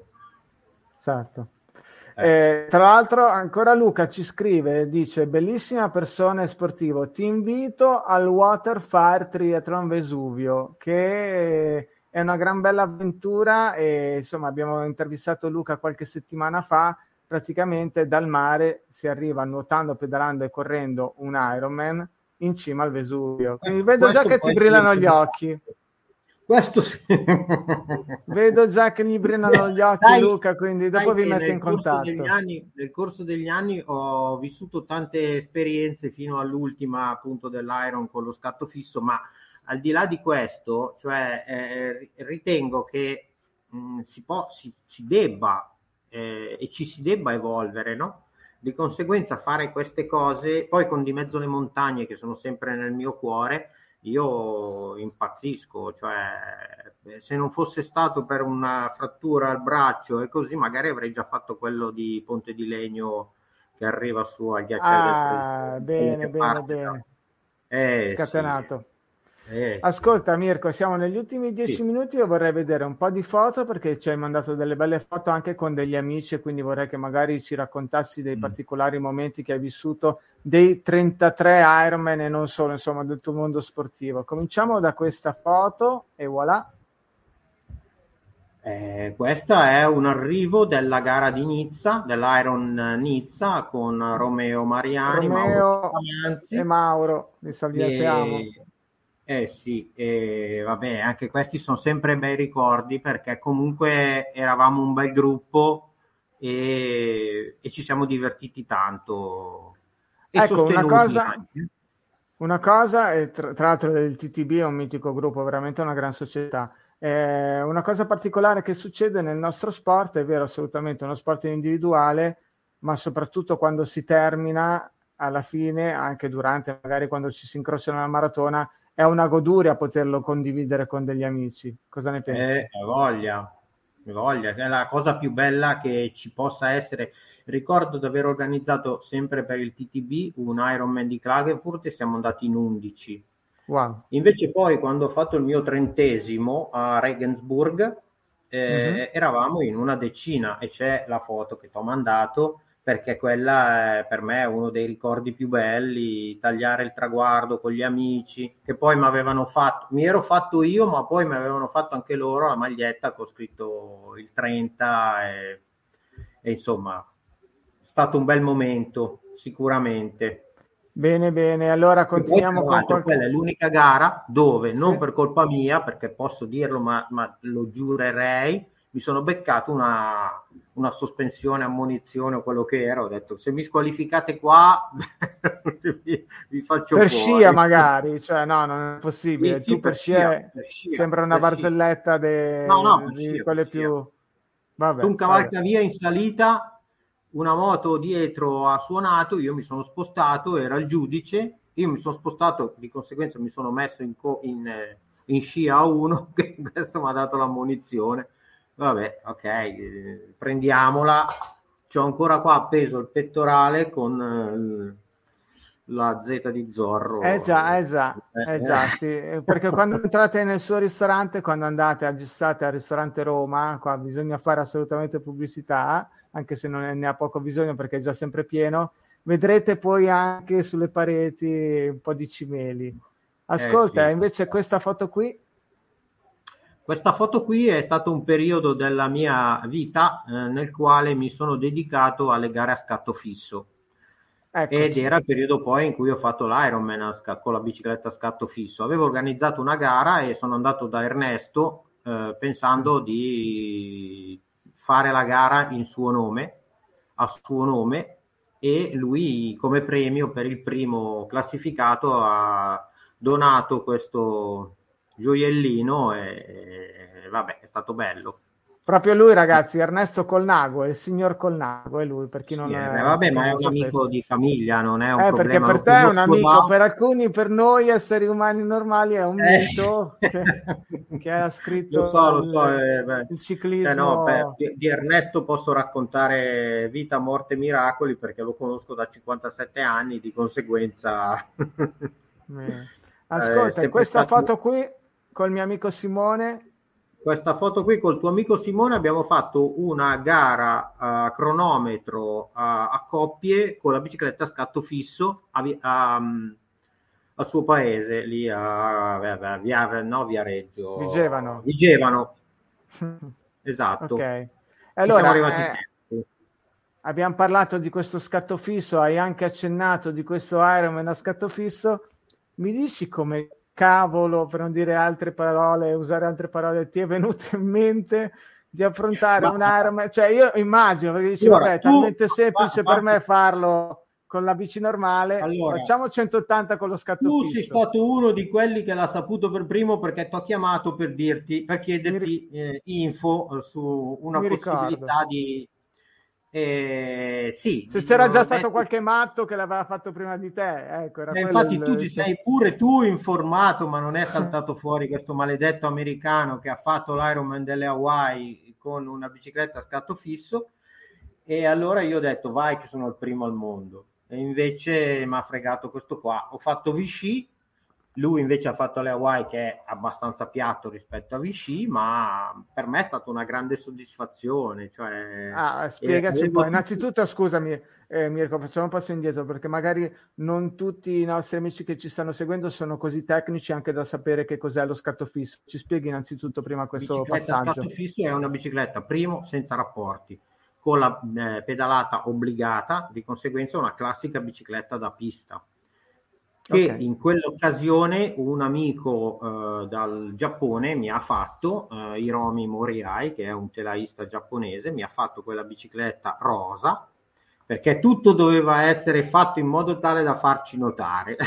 [SPEAKER 4] Certo.
[SPEAKER 5] Eh.
[SPEAKER 4] Eh, tra l'altro ancora Luca ci scrive, dice: bellissima persona e sportivo, ti invito al Waterfire Triathlon Vesuvio, che è una gran bella avventura, e insomma abbiamo intervistato Luca qualche settimana fa. Praticamente dal mare si arriva nuotando, pedalando e correndo un Ironman in cima al Vesuvio. Quindi vedo già
[SPEAKER 5] Questo
[SPEAKER 4] che
[SPEAKER 5] può
[SPEAKER 4] ti brillano
[SPEAKER 5] essere-
[SPEAKER 4] gli occhi.
[SPEAKER 5] Questo sì.
[SPEAKER 4] Vedo già che gli brillano gli occhi,
[SPEAKER 5] Sai-
[SPEAKER 4] Luca, quindi dopo
[SPEAKER 5] sai
[SPEAKER 4] vi
[SPEAKER 5] che
[SPEAKER 4] metto
[SPEAKER 5] nel
[SPEAKER 4] in
[SPEAKER 5] corso
[SPEAKER 4] contatto.
[SPEAKER 5] degli anni, nel corso degli anni ho vissuto tante esperienze fino all'ultima, appunto, dell'Iron con lo scatto fisso, ma al di là di questo, cioè eh, ritengo che mh, si, può, si, si debba eh, e ci si debba evolvere, no? Di conseguenza fare queste cose, poi con di mezzo le montagne che sono sempre nel mio cuore, io impazzisco, cioè se non fosse stato per una frattura al braccio e così magari avrei già fatto quello di Ponte di Legno che arriva su al ghiacciaio
[SPEAKER 4] ah,
[SPEAKER 5] del
[SPEAKER 4] bene, bene, bene.
[SPEAKER 5] Eh,
[SPEAKER 4] scatenato.
[SPEAKER 5] Sì. Eh,
[SPEAKER 4] Ascolta Mirko, siamo negli ultimi dieci
[SPEAKER 5] sì.
[SPEAKER 4] minuti, io vorrei vedere un po' di foto perché ci hai mandato delle belle foto anche con degli amici e quindi vorrei che magari ci raccontassi dei mm. particolari momenti che hai vissuto dei trentatré Ironman e non solo, insomma, del tuo mondo sportivo. Cominciamo da questa foto e voilà.
[SPEAKER 5] Eh, questa è un arrivo della gara di Nizza, dell'Iron Nizza con Romeo Mariani,
[SPEAKER 4] Romeo
[SPEAKER 5] Mauro
[SPEAKER 4] e Mauro, li salutiamo.
[SPEAKER 5] Eh sì, e vabbè, anche questi sono sempre bei ricordi perché comunque eravamo un bel gruppo e, e ci siamo divertiti tanto. E
[SPEAKER 4] ecco, una cosa, una cosa e tra, tra l'altro il T T B è un mitico gruppo, veramente una gran società. Eh, una cosa particolare che succede nel nostro sport, è vero, assolutamente uno sport individuale, ma soprattutto quando si termina, alla fine, anche durante, magari quando ci si incrocia nella maratona, è una goduria poterlo condividere con degli amici. Cosa ne pensi?
[SPEAKER 5] Eh, voglia, voglia, è la cosa più bella che ci possa essere. Ricordo di aver organizzato sempre per il T T B un Ironman di Klagenfurt e siamo andati in undici.
[SPEAKER 4] Wow.
[SPEAKER 5] Invece poi quando ho fatto il mio trentesimo a Regensburg eh, mm-hmm. eravamo in una decina e c'è la foto che ti ho mandato perché quella è, per me è uno dei ricordi più belli, tagliare il traguardo con gli amici che poi mi avevano fatto, mi ero fatto io ma poi mi avevano fatto anche loro la maglietta con scritto il trenta e, e insomma è stato un bel momento sicuramente.
[SPEAKER 4] Bene, bene, allora continuiamo
[SPEAKER 5] poi,
[SPEAKER 4] con qualche...
[SPEAKER 5] Quella è l'unica gara dove, sì. non per colpa mia, perché posso dirlo, ma, ma lo giurerei, mi sono beccato una, una sospensione, ammonizione o quello che era. Ho detto, se mi squalificate qua, vi, vi faccio
[SPEAKER 4] per
[SPEAKER 5] fuori.
[SPEAKER 4] scia magari, cioè no, non è possibile.
[SPEAKER 5] Sì, sì,
[SPEAKER 4] tu per, per scia, scia per scia, sembra una barzelletta de...
[SPEAKER 5] no, no,
[SPEAKER 4] di
[SPEAKER 5] scia,
[SPEAKER 4] quelle più... Vabbè,
[SPEAKER 5] su un cavalcavia in salita... una moto dietro ha suonato, io mi sono spostato, era il giudice, io mi sono spostato, di conseguenza mi sono messo in, co- in, in scia a uno, che questo mi ha dato l'ammonizione. Vabbè, ok, eh, prendiamola. C'ho ancora qua appeso il pettorale con eh, la Z di Zorro.
[SPEAKER 4] Eh già, eh già, eh già, sì, perché quando entrate nel suo ristorante, quando andate, aggiustate al ristorante Roma, qua bisogna fare assolutamente pubblicità, anche se non ne ha poco bisogno perché è già sempre pieno, vedrete poi anche sulle pareti un po' di cimeli. Ascolta, eh sì. Invece questa foto qui?
[SPEAKER 5] Questa foto qui è stato un periodo della mia vita eh, nel quale mi sono dedicato alle gare a scatto fisso. Eccoci. Ed era il periodo poi in cui ho fatto l'Ironman a sc- con la bicicletta a scatto fisso. Avevo organizzato una gara e sono andato da Ernesto eh, pensando di fare la gara in suo nome, a suo nome, e lui come premio per il primo classificato ha donato questo gioiellino e, e vabbè, è stato bello.
[SPEAKER 4] Proprio lui, ragazzi, Ernesto Colnago, il signor Colnago, è lui, per chi non
[SPEAKER 5] sì,
[SPEAKER 4] è...
[SPEAKER 5] Vabbè, ma è un amico di famiglia, non è un
[SPEAKER 4] eh,
[SPEAKER 5] problema.
[SPEAKER 4] Perché per te è un amico, da... per alcuni, per noi esseri umani normali è un
[SPEAKER 5] eh.
[SPEAKER 4] mito che, che ha scritto
[SPEAKER 5] lo so, lo
[SPEAKER 4] il,
[SPEAKER 5] so, eh, beh.
[SPEAKER 4] il ciclismo.
[SPEAKER 5] Eh no, beh, di, di Ernesto posso raccontare vita, morte, miracoli, perché lo conosco da cinquantasette anni, di conseguenza...
[SPEAKER 4] eh. Ascolta, eh, questa stato... foto qui col mio amico Simone...
[SPEAKER 5] Questa foto qui col tuo amico Simone abbiamo fatto una gara a cronometro a, a coppie con la bicicletta a scatto fisso a, a, al suo paese, lì a, a via, no, Viareggio.
[SPEAKER 4] Vigevano.
[SPEAKER 5] Vigevano. Esatto.
[SPEAKER 4] Ok. Allora, eh, abbiamo parlato di questo scatto fisso, hai anche accennato di questo Ironman a scatto fisso. Mi dici come... cavolo, per non dire altre parole, usare altre parole, ti è venuto in mente di affrontare ma, un Ironman? Cioè io immagino, perché dici, allora, vabbè, è talmente semplice ma, per ma, me farlo con la bici normale, allora, facciamo centottanta con lo scatto
[SPEAKER 5] tu
[SPEAKER 4] fisso.
[SPEAKER 5] Tu sei stato uno di quelli che l'ha saputo per primo perché ti ho chiamato per dirti, per chiederti
[SPEAKER 4] mi,
[SPEAKER 5] eh, info su una
[SPEAKER 4] mi
[SPEAKER 5] possibilità
[SPEAKER 4] ricordo.
[SPEAKER 5] di... Eh, sì,
[SPEAKER 4] se c'era già
[SPEAKER 5] ho
[SPEAKER 4] stato
[SPEAKER 5] detto-
[SPEAKER 4] qualche matto che l'aveva fatto prima di te, ecco, era
[SPEAKER 5] Eh,
[SPEAKER 4] quello
[SPEAKER 5] infatti
[SPEAKER 4] il-
[SPEAKER 5] tu ti sei pure tu informato, ma non è saltato fuori questo maledetto americano che ha fatto l'Ironman delle Hawaii con una bicicletta a scatto fisso, e allora io ho detto vai che sono il primo al mondo, e invece mi ha fregato questo qua. Ho fatto Vichy, lui invece ha fatto le Hawaii, che è abbastanza piatto rispetto a Vichy, ma per me è stata una grande soddisfazione, cioè,
[SPEAKER 4] Ah, spiegaci
[SPEAKER 5] eh,
[SPEAKER 4] un po'.
[SPEAKER 5] avevo-
[SPEAKER 4] Innanzitutto, scusami, eh, Mirko, facciamo un passo indietro perché magari non tutti i nostri amici che ci stanno seguendo sono così tecnici anche da sapere che cos'è lo scatto fisso. Ci spieghi innanzitutto prima questo
[SPEAKER 5] bicicletta a
[SPEAKER 4] passaggio.
[SPEAKER 5] scatto fisso è una bicicletta, primo, senza rapporti, con la eh, pedalata obbligata, di conseguenza una classica bicicletta da pista, che
[SPEAKER 4] Ok.
[SPEAKER 5] in quell'occasione un amico eh, dal Giappone mi ha fatto, eh, Hiromi Moriai, che è un telaista giapponese, mi ha fatto quella bicicletta rosa, perché tutto doveva essere fatto in modo tale da farci notare.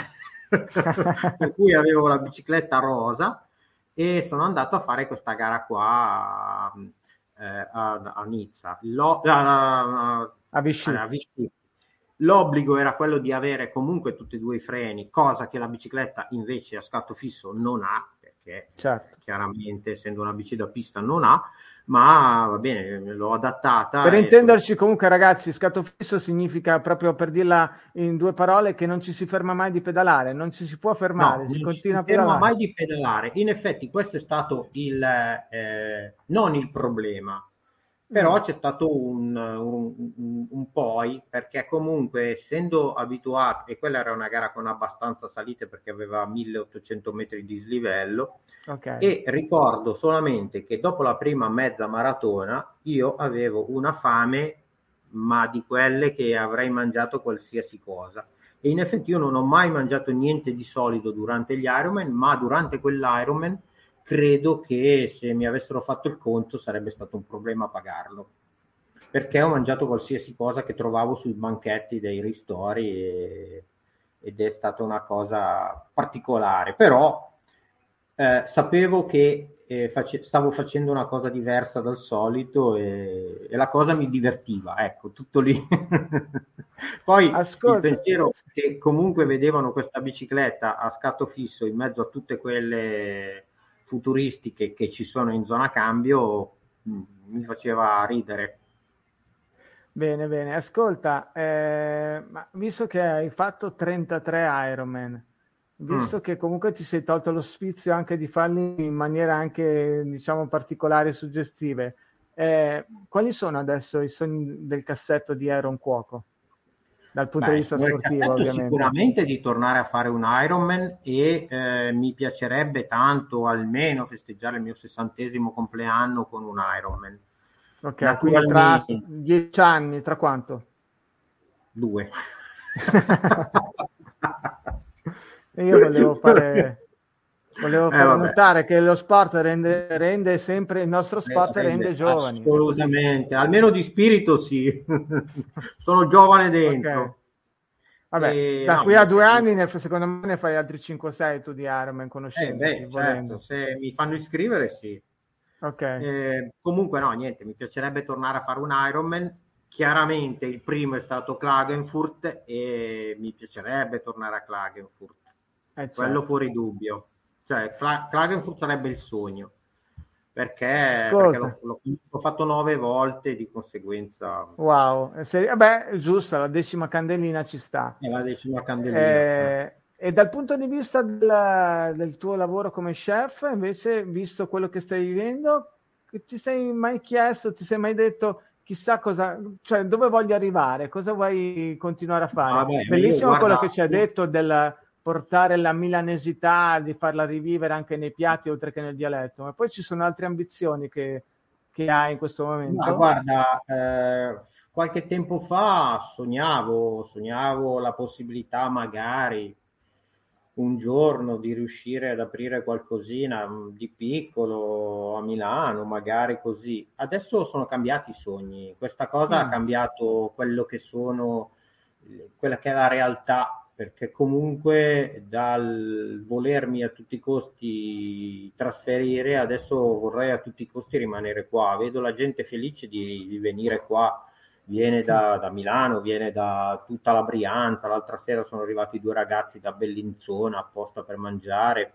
[SPEAKER 5] Per cui avevo la bicicletta rosa e sono andato a fare questa gara qua eh, a, a Nizza. L'ho- a- a-
[SPEAKER 4] A Vichy.
[SPEAKER 5] a Vichy. L'obbligo era quello di avere comunque tutti e due i freni, cosa che la bicicletta invece a scatto fisso non ha, perché
[SPEAKER 4] Certo.
[SPEAKER 5] chiaramente essendo una bici da pista non ha, ma va bene, l'ho adattata.
[SPEAKER 4] Per
[SPEAKER 5] e
[SPEAKER 4] intenderci, comunque, ragazzi, scatto fisso significa, proprio per dirla in due parole, che non ci si ferma mai di pedalare, non ci si può fermare,
[SPEAKER 5] No,
[SPEAKER 4] si
[SPEAKER 5] non
[SPEAKER 4] continua
[SPEAKER 5] ci
[SPEAKER 4] a
[SPEAKER 5] si ferma
[SPEAKER 4] pedalare.
[SPEAKER 5] mai di pedalare. In effetti questo è stato il eh, non il problema, però
[SPEAKER 4] Mm.
[SPEAKER 5] c'è stato un, un, un- un poi, perché comunque essendo abituato, e quella era una gara con abbastanza salite perché aveva milleottocento metri di slivello,
[SPEAKER 4] Ok.
[SPEAKER 5] e ricordo solamente che dopo la prima mezza maratona io avevo una fame, ma di quelle che avrei mangiato qualsiasi cosa. E in effetti io non ho mai mangiato niente di solido durante gli Ironman, ma durante quell'Ironman credo che se mi avessero fatto il conto sarebbe stato un problema pagarlo, perché ho mangiato qualsiasi cosa che trovavo sui banchetti dei ristori, e- ed è stata una cosa particolare, però eh, sapevo che eh, face- stavo facendo una cosa diversa dal solito, e, e la cosa mi divertiva, ecco, tutto lì. Poi il
[SPEAKER 4] Ascolta.
[SPEAKER 5] pensiero che comunque vedevano questa bicicletta a scatto fisso in mezzo a tutte quelle futuristiche che ci sono in zona cambio mh, mi faceva ridere.
[SPEAKER 4] Bene, bene. Ascolta, eh, ma visto che hai fatto trentatré Ironman, visto
[SPEAKER 5] Mm.
[SPEAKER 4] che comunque ti sei tolto lo sfizio anche di farli in maniera anche, diciamo, particolari e suggestive, eh, quali sono adesso i sogni del cassetto di Iron Cuoco? Dal punto
[SPEAKER 5] Beh,
[SPEAKER 4] di vista
[SPEAKER 5] nel
[SPEAKER 4] sportivo,
[SPEAKER 5] cassetto
[SPEAKER 4] ovviamente.
[SPEAKER 5] sicuramente di tornare a fare un Ironman, e eh, mi piacerebbe tanto almeno festeggiare il mio sessantesimo compleanno con un Ironman.
[SPEAKER 4] Ok, quindi tra
[SPEAKER 5] Naturalmente
[SPEAKER 4] dieci anni, tra quanto?
[SPEAKER 5] due.
[SPEAKER 4] E io volevo fare, volevo
[SPEAKER 5] Eh,
[SPEAKER 4] fare
[SPEAKER 5] vabbè.
[SPEAKER 4] notare che lo sport rende, rende sempre, il nostro sport
[SPEAKER 5] Eh,
[SPEAKER 4] rende giovani.
[SPEAKER 5] assolutamente, almeno di spirito sì. Sono giovane dentro.
[SPEAKER 4] Ok. Vabbè,
[SPEAKER 5] E,
[SPEAKER 4] da
[SPEAKER 5] no,
[SPEAKER 4] qui a due
[SPEAKER 5] eh,
[SPEAKER 4] anni, ne- secondo me ne fai altri cinque sei tu di Ironman,
[SPEAKER 5] Eh,
[SPEAKER 4] conoscendoti,
[SPEAKER 5] beh,
[SPEAKER 4] volendo.
[SPEAKER 5] certo, se mi fanno iscrivere sì.
[SPEAKER 4] Ok.
[SPEAKER 5] Eh, comunque no, niente, mi piacerebbe tornare a fare un Ironman. Chiaramente il primo è stato Klagenfurt e mi piacerebbe tornare a Klagenfurt.
[SPEAKER 4] Eh,
[SPEAKER 5] Quello
[SPEAKER 4] certo.
[SPEAKER 5] fuori dubbio. Cioè, Kla- Klagenfurt sarebbe il sogno. Perché,
[SPEAKER 4] Ascolta.
[SPEAKER 5] perché l'ho, l'ho- l'ho fatto nove volte, di conseguenza
[SPEAKER 4] Wow. Eh, se- vabbè, giusto, la decima candelina ci sta.
[SPEAKER 5] è la decima candelina.
[SPEAKER 4] Eh, e dal punto di vista del, del tuo lavoro come chef, invece, visto quello che stai vivendo, ti sei mai chiesto, ti sei mai detto chissà cosa, cioè dove voglio arrivare, cosa vuoi continuare a fare?
[SPEAKER 5] Vabbè, ma io,
[SPEAKER 4] Bellissimo
[SPEAKER 5] guarda,
[SPEAKER 4] quello che ci ha detto del portare la milanesità, di farla rivivere anche nei piatti oltre che nel dialetto, ma poi ci sono altre ambizioni che, che hai in questo momento?
[SPEAKER 5] Ma guarda, eh, qualche tempo fa sognavo, sognavo la possibilità magari un giorno di riuscire ad aprire qualcosina mh, di piccolo a Milano, magari così. Adesso sono cambiati i sogni, questa cosa ha
[SPEAKER 4] Mm.
[SPEAKER 5] cambiato quello che sono, eh, quella che è la realtà, perché comunque dal volermi a tutti i costi trasferire, adesso vorrei a tutti i costi rimanere qua. Vedo la gente felice di, di venire qua, viene da, da Milano, viene da tutta la Brianza. L'altra sera sono arrivati due ragazzi da Bellinzona apposta per mangiare,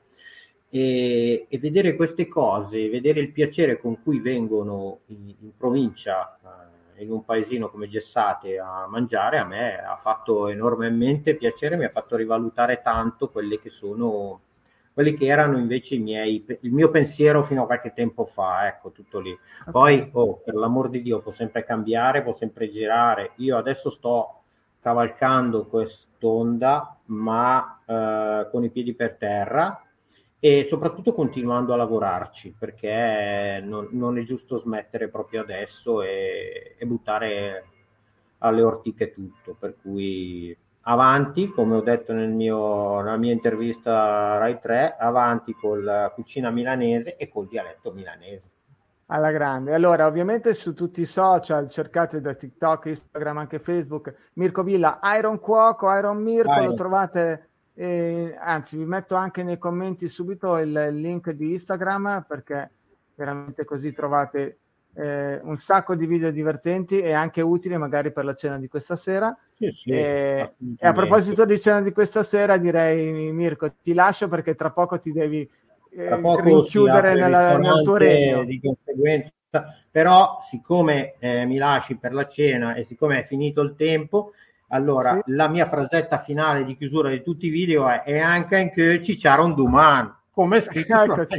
[SPEAKER 5] e, e vedere queste cose, vedere il piacere con cui vengono in, in provincia, eh, in un paesino come Gessate a mangiare, a me ha fatto enormemente piacere, mi ha fatto rivalutare tanto quelle che sono quelli che erano invece i miei, il mio pensiero fino a qualche tempo fa, ecco, tutto lì. Poi, oh, per l'amor di Dio, può sempre cambiare, può sempre girare. Io adesso sto cavalcando quest'onda, ma eh, con i piedi per terra, e soprattutto continuando a lavorarci, perché non, non è giusto smettere proprio adesso e, e buttare alle ortiche tutto, per cui avanti, come ho detto nel mio, nella mia intervista a Rai tre, avanti con la cucina milanese e col dialetto milanese.
[SPEAKER 4] Alla grande. Allora, ovviamente su tutti i social cercate da TikTok, Instagram, anche Facebook, Mirko Villa, Iron Cuoco, Iron Mirko, Iron. Lo trovate, eh, anzi vi metto anche nei commenti subito il, il link di Instagram, perché veramente così trovate eh, un sacco di video divertenti e anche utili magari per la cena di questa sera. Sì, sì, e, e a proposito di cena di questa sera, direi, Mirko, ti lascio perché tra poco ti devi eh, rinchiudere nella, nel tuo regno.
[SPEAKER 5] Di conseguenza, però siccome eh, mi lasci per la cena e siccome è finito il tempo, allora sì, la mia frasetta finale di chiusura di tutti i video è e anche in che ci c'era un domani. Come scritto?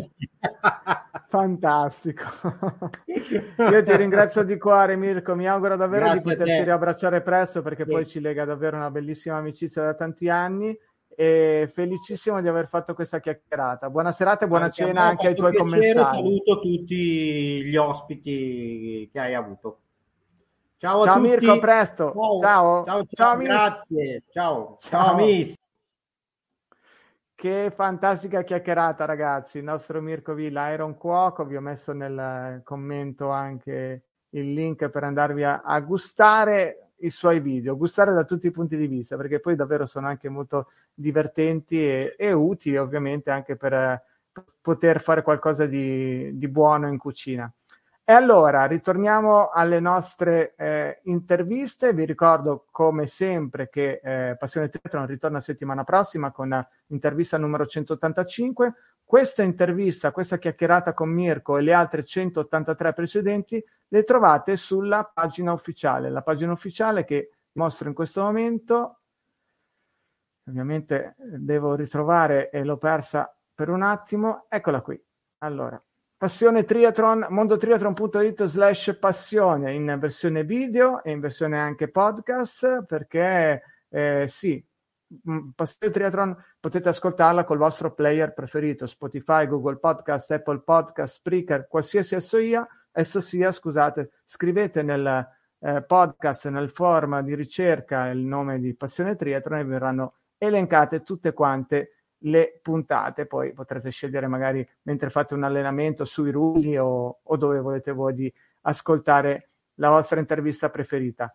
[SPEAKER 4] Fantastico. Io ti ringrazio di cuore, Mirko, mi auguro davvero Grazie di poterci riabbracciare presto, perché sì, poi ci lega davvero una bellissima amicizia da tanti anni, e felicissimo di aver fatto questa chiacchierata. Buona serata e buona anche cena anche ai tuoi piacere, commensali.
[SPEAKER 5] Saluto tutti gli ospiti che hai avuto. Ciao a
[SPEAKER 4] ciao
[SPEAKER 5] tutti.
[SPEAKER 4] Mirko, a presto.
[SPEAKER 5] Ciao,
[SPEAKER 4] ciao,
[SPEAKER 5] ciao, ciao,
[SPEAKER 4] ciao
[SPEAKER 5] grazie. Ciao, ciao,
[SPEAKER 4] ciao
[SPEAKER 5] miss.
[SPEAKER 4] Che fantastica chiacchierata, ragazzi. Il nostro Mirko Villa, Iron Cuoco, vi ho messo nel commento anche il link per andarvi a, a gustare i suoi video, gustare da tutti i punti di vista, perché poi davvero sono anche molto divertenti e, e utili, ovviamente, anche per eh, poter fare qualcosa di, di buono in cucina. E allora, ritorniamo alle nostre eh, interviste. Vi ricordo, come sempre, che eh, Passione Triathlon ritorna settimana prossima con l'intervista numero centottantacinque. Questa intervista, questa chiacchierata con Mirko e le altre centottantatré precedenti le trovate sulla pagina ufficiale. La pagina ufficiale che mostro in questo momento, ovviamente devo ritrovare e l'ho persa per un attimo. Eccola qui. Allora, Passione Triathlon, mondotriathlon.it slash passione in versione video e in versione anche podcast, perché eh, sì, Passione Triathlon potete ascoltarla col vostro player preferito, Spotify, Google Podcast, Apple Podcast, Spreaker, qualsiasi esso sia, esso sia scusate, scrivete nel eh, podcast, nel form di ricerca il nome di Passione Triathlon e verranno elencate tutte quante le puntate. Poi potrete scegliere magari mentre fate un allenamento sui rulli o, o dove volete voi di ascoltare la vostra intervista preferita.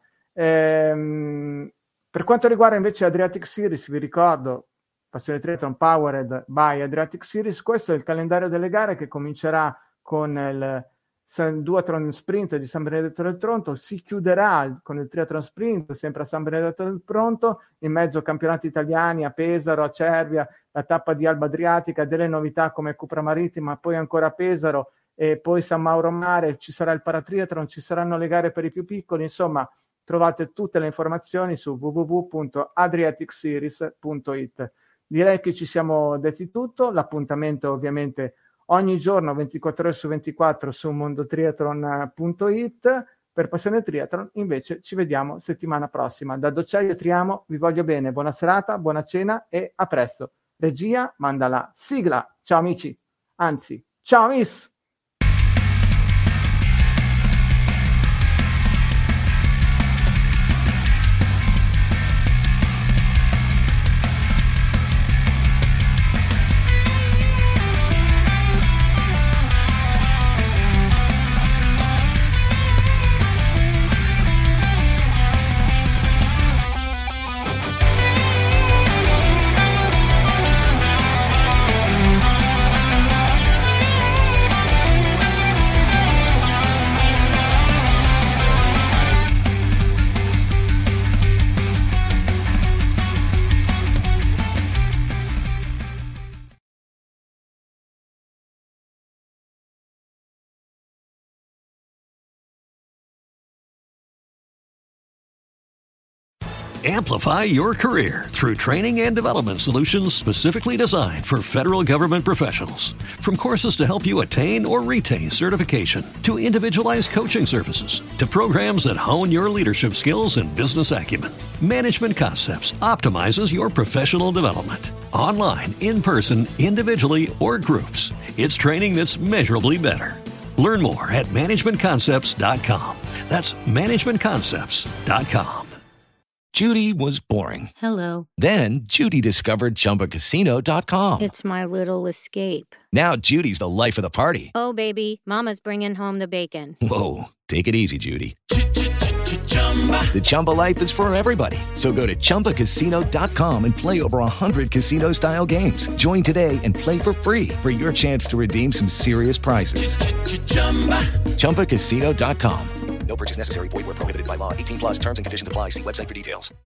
[SPEAKER 4] Ehm, per quanto riguarda invece Adriatic Series, vi ricordo Passione Triathlon Powered by Adriatic Series. Questo è il calendario delle gare che comincerà con il Duathlon Sprint di San Benedetto del Tronto, si chiuderà con il Triathlon Sprint sempre a San Benedetto del Tronto, in mezzo campionati italiani a Pesaro, a Cervia, la tappa di Alba Adriatica, delle novità come Cupra Marittima, poi ancora a Pesaro e poi San Mauro Mare, ci sarà il paratriathlon, ci saranno le gare per i più piccoli. Insomma, trovate tutte le informazioni su w w w punto adriatic series punto i t. Direi che ci siamo detti tutto. L'appuntamento ovviamente ogni giorno ventiquattro ore su ventiquattro su mondotriathlon punto i t. Per Passione Triathlon invece ci vediamo settimana prossima. Da Docciaio Triamo vi voglio bene, buona serata, buona cena e a presto. Regia manda la sigla. Ciao amici, anzi ciao miss.
[SPEAKER 1] Amplify your career through training and development solutions specifically designed for federal government professionals. From courses to help you attain or retain certification, to individualized coaching services, to programs that hone your leadership skills and business acumen, Management Concepts optimizes your professional development. Online, in person, individually, or groups, it's training that's measurably better. Learn more at management concepts dot com. That's management concepts dot com.
[SPEAKER 9] Judy was boring.
[SPEAKER 10] Hello.
[SPEAKER 9] Then Judy discovered Chumba Casino dot com.
[SPEAKER 10] It's my little escape.
[SPEAKER 9] Now Judy's the life of the party.
[SPEAKER 10] Oh, baby, mama's bringing home the bacon.
[SPEAKER 9] Whoa, take it easy, Judy. The Chumba life is for everybody. So go to Chumba Casino dot com and play over one hundred casino-style games. Join today and play for free for your chance to redeem some serious prizes. Chumba Casino dot com.
[SPEAKER 3] No purchase necessary. Void where prohibited by law. eighteen plus terms and conditions apply. See website for details.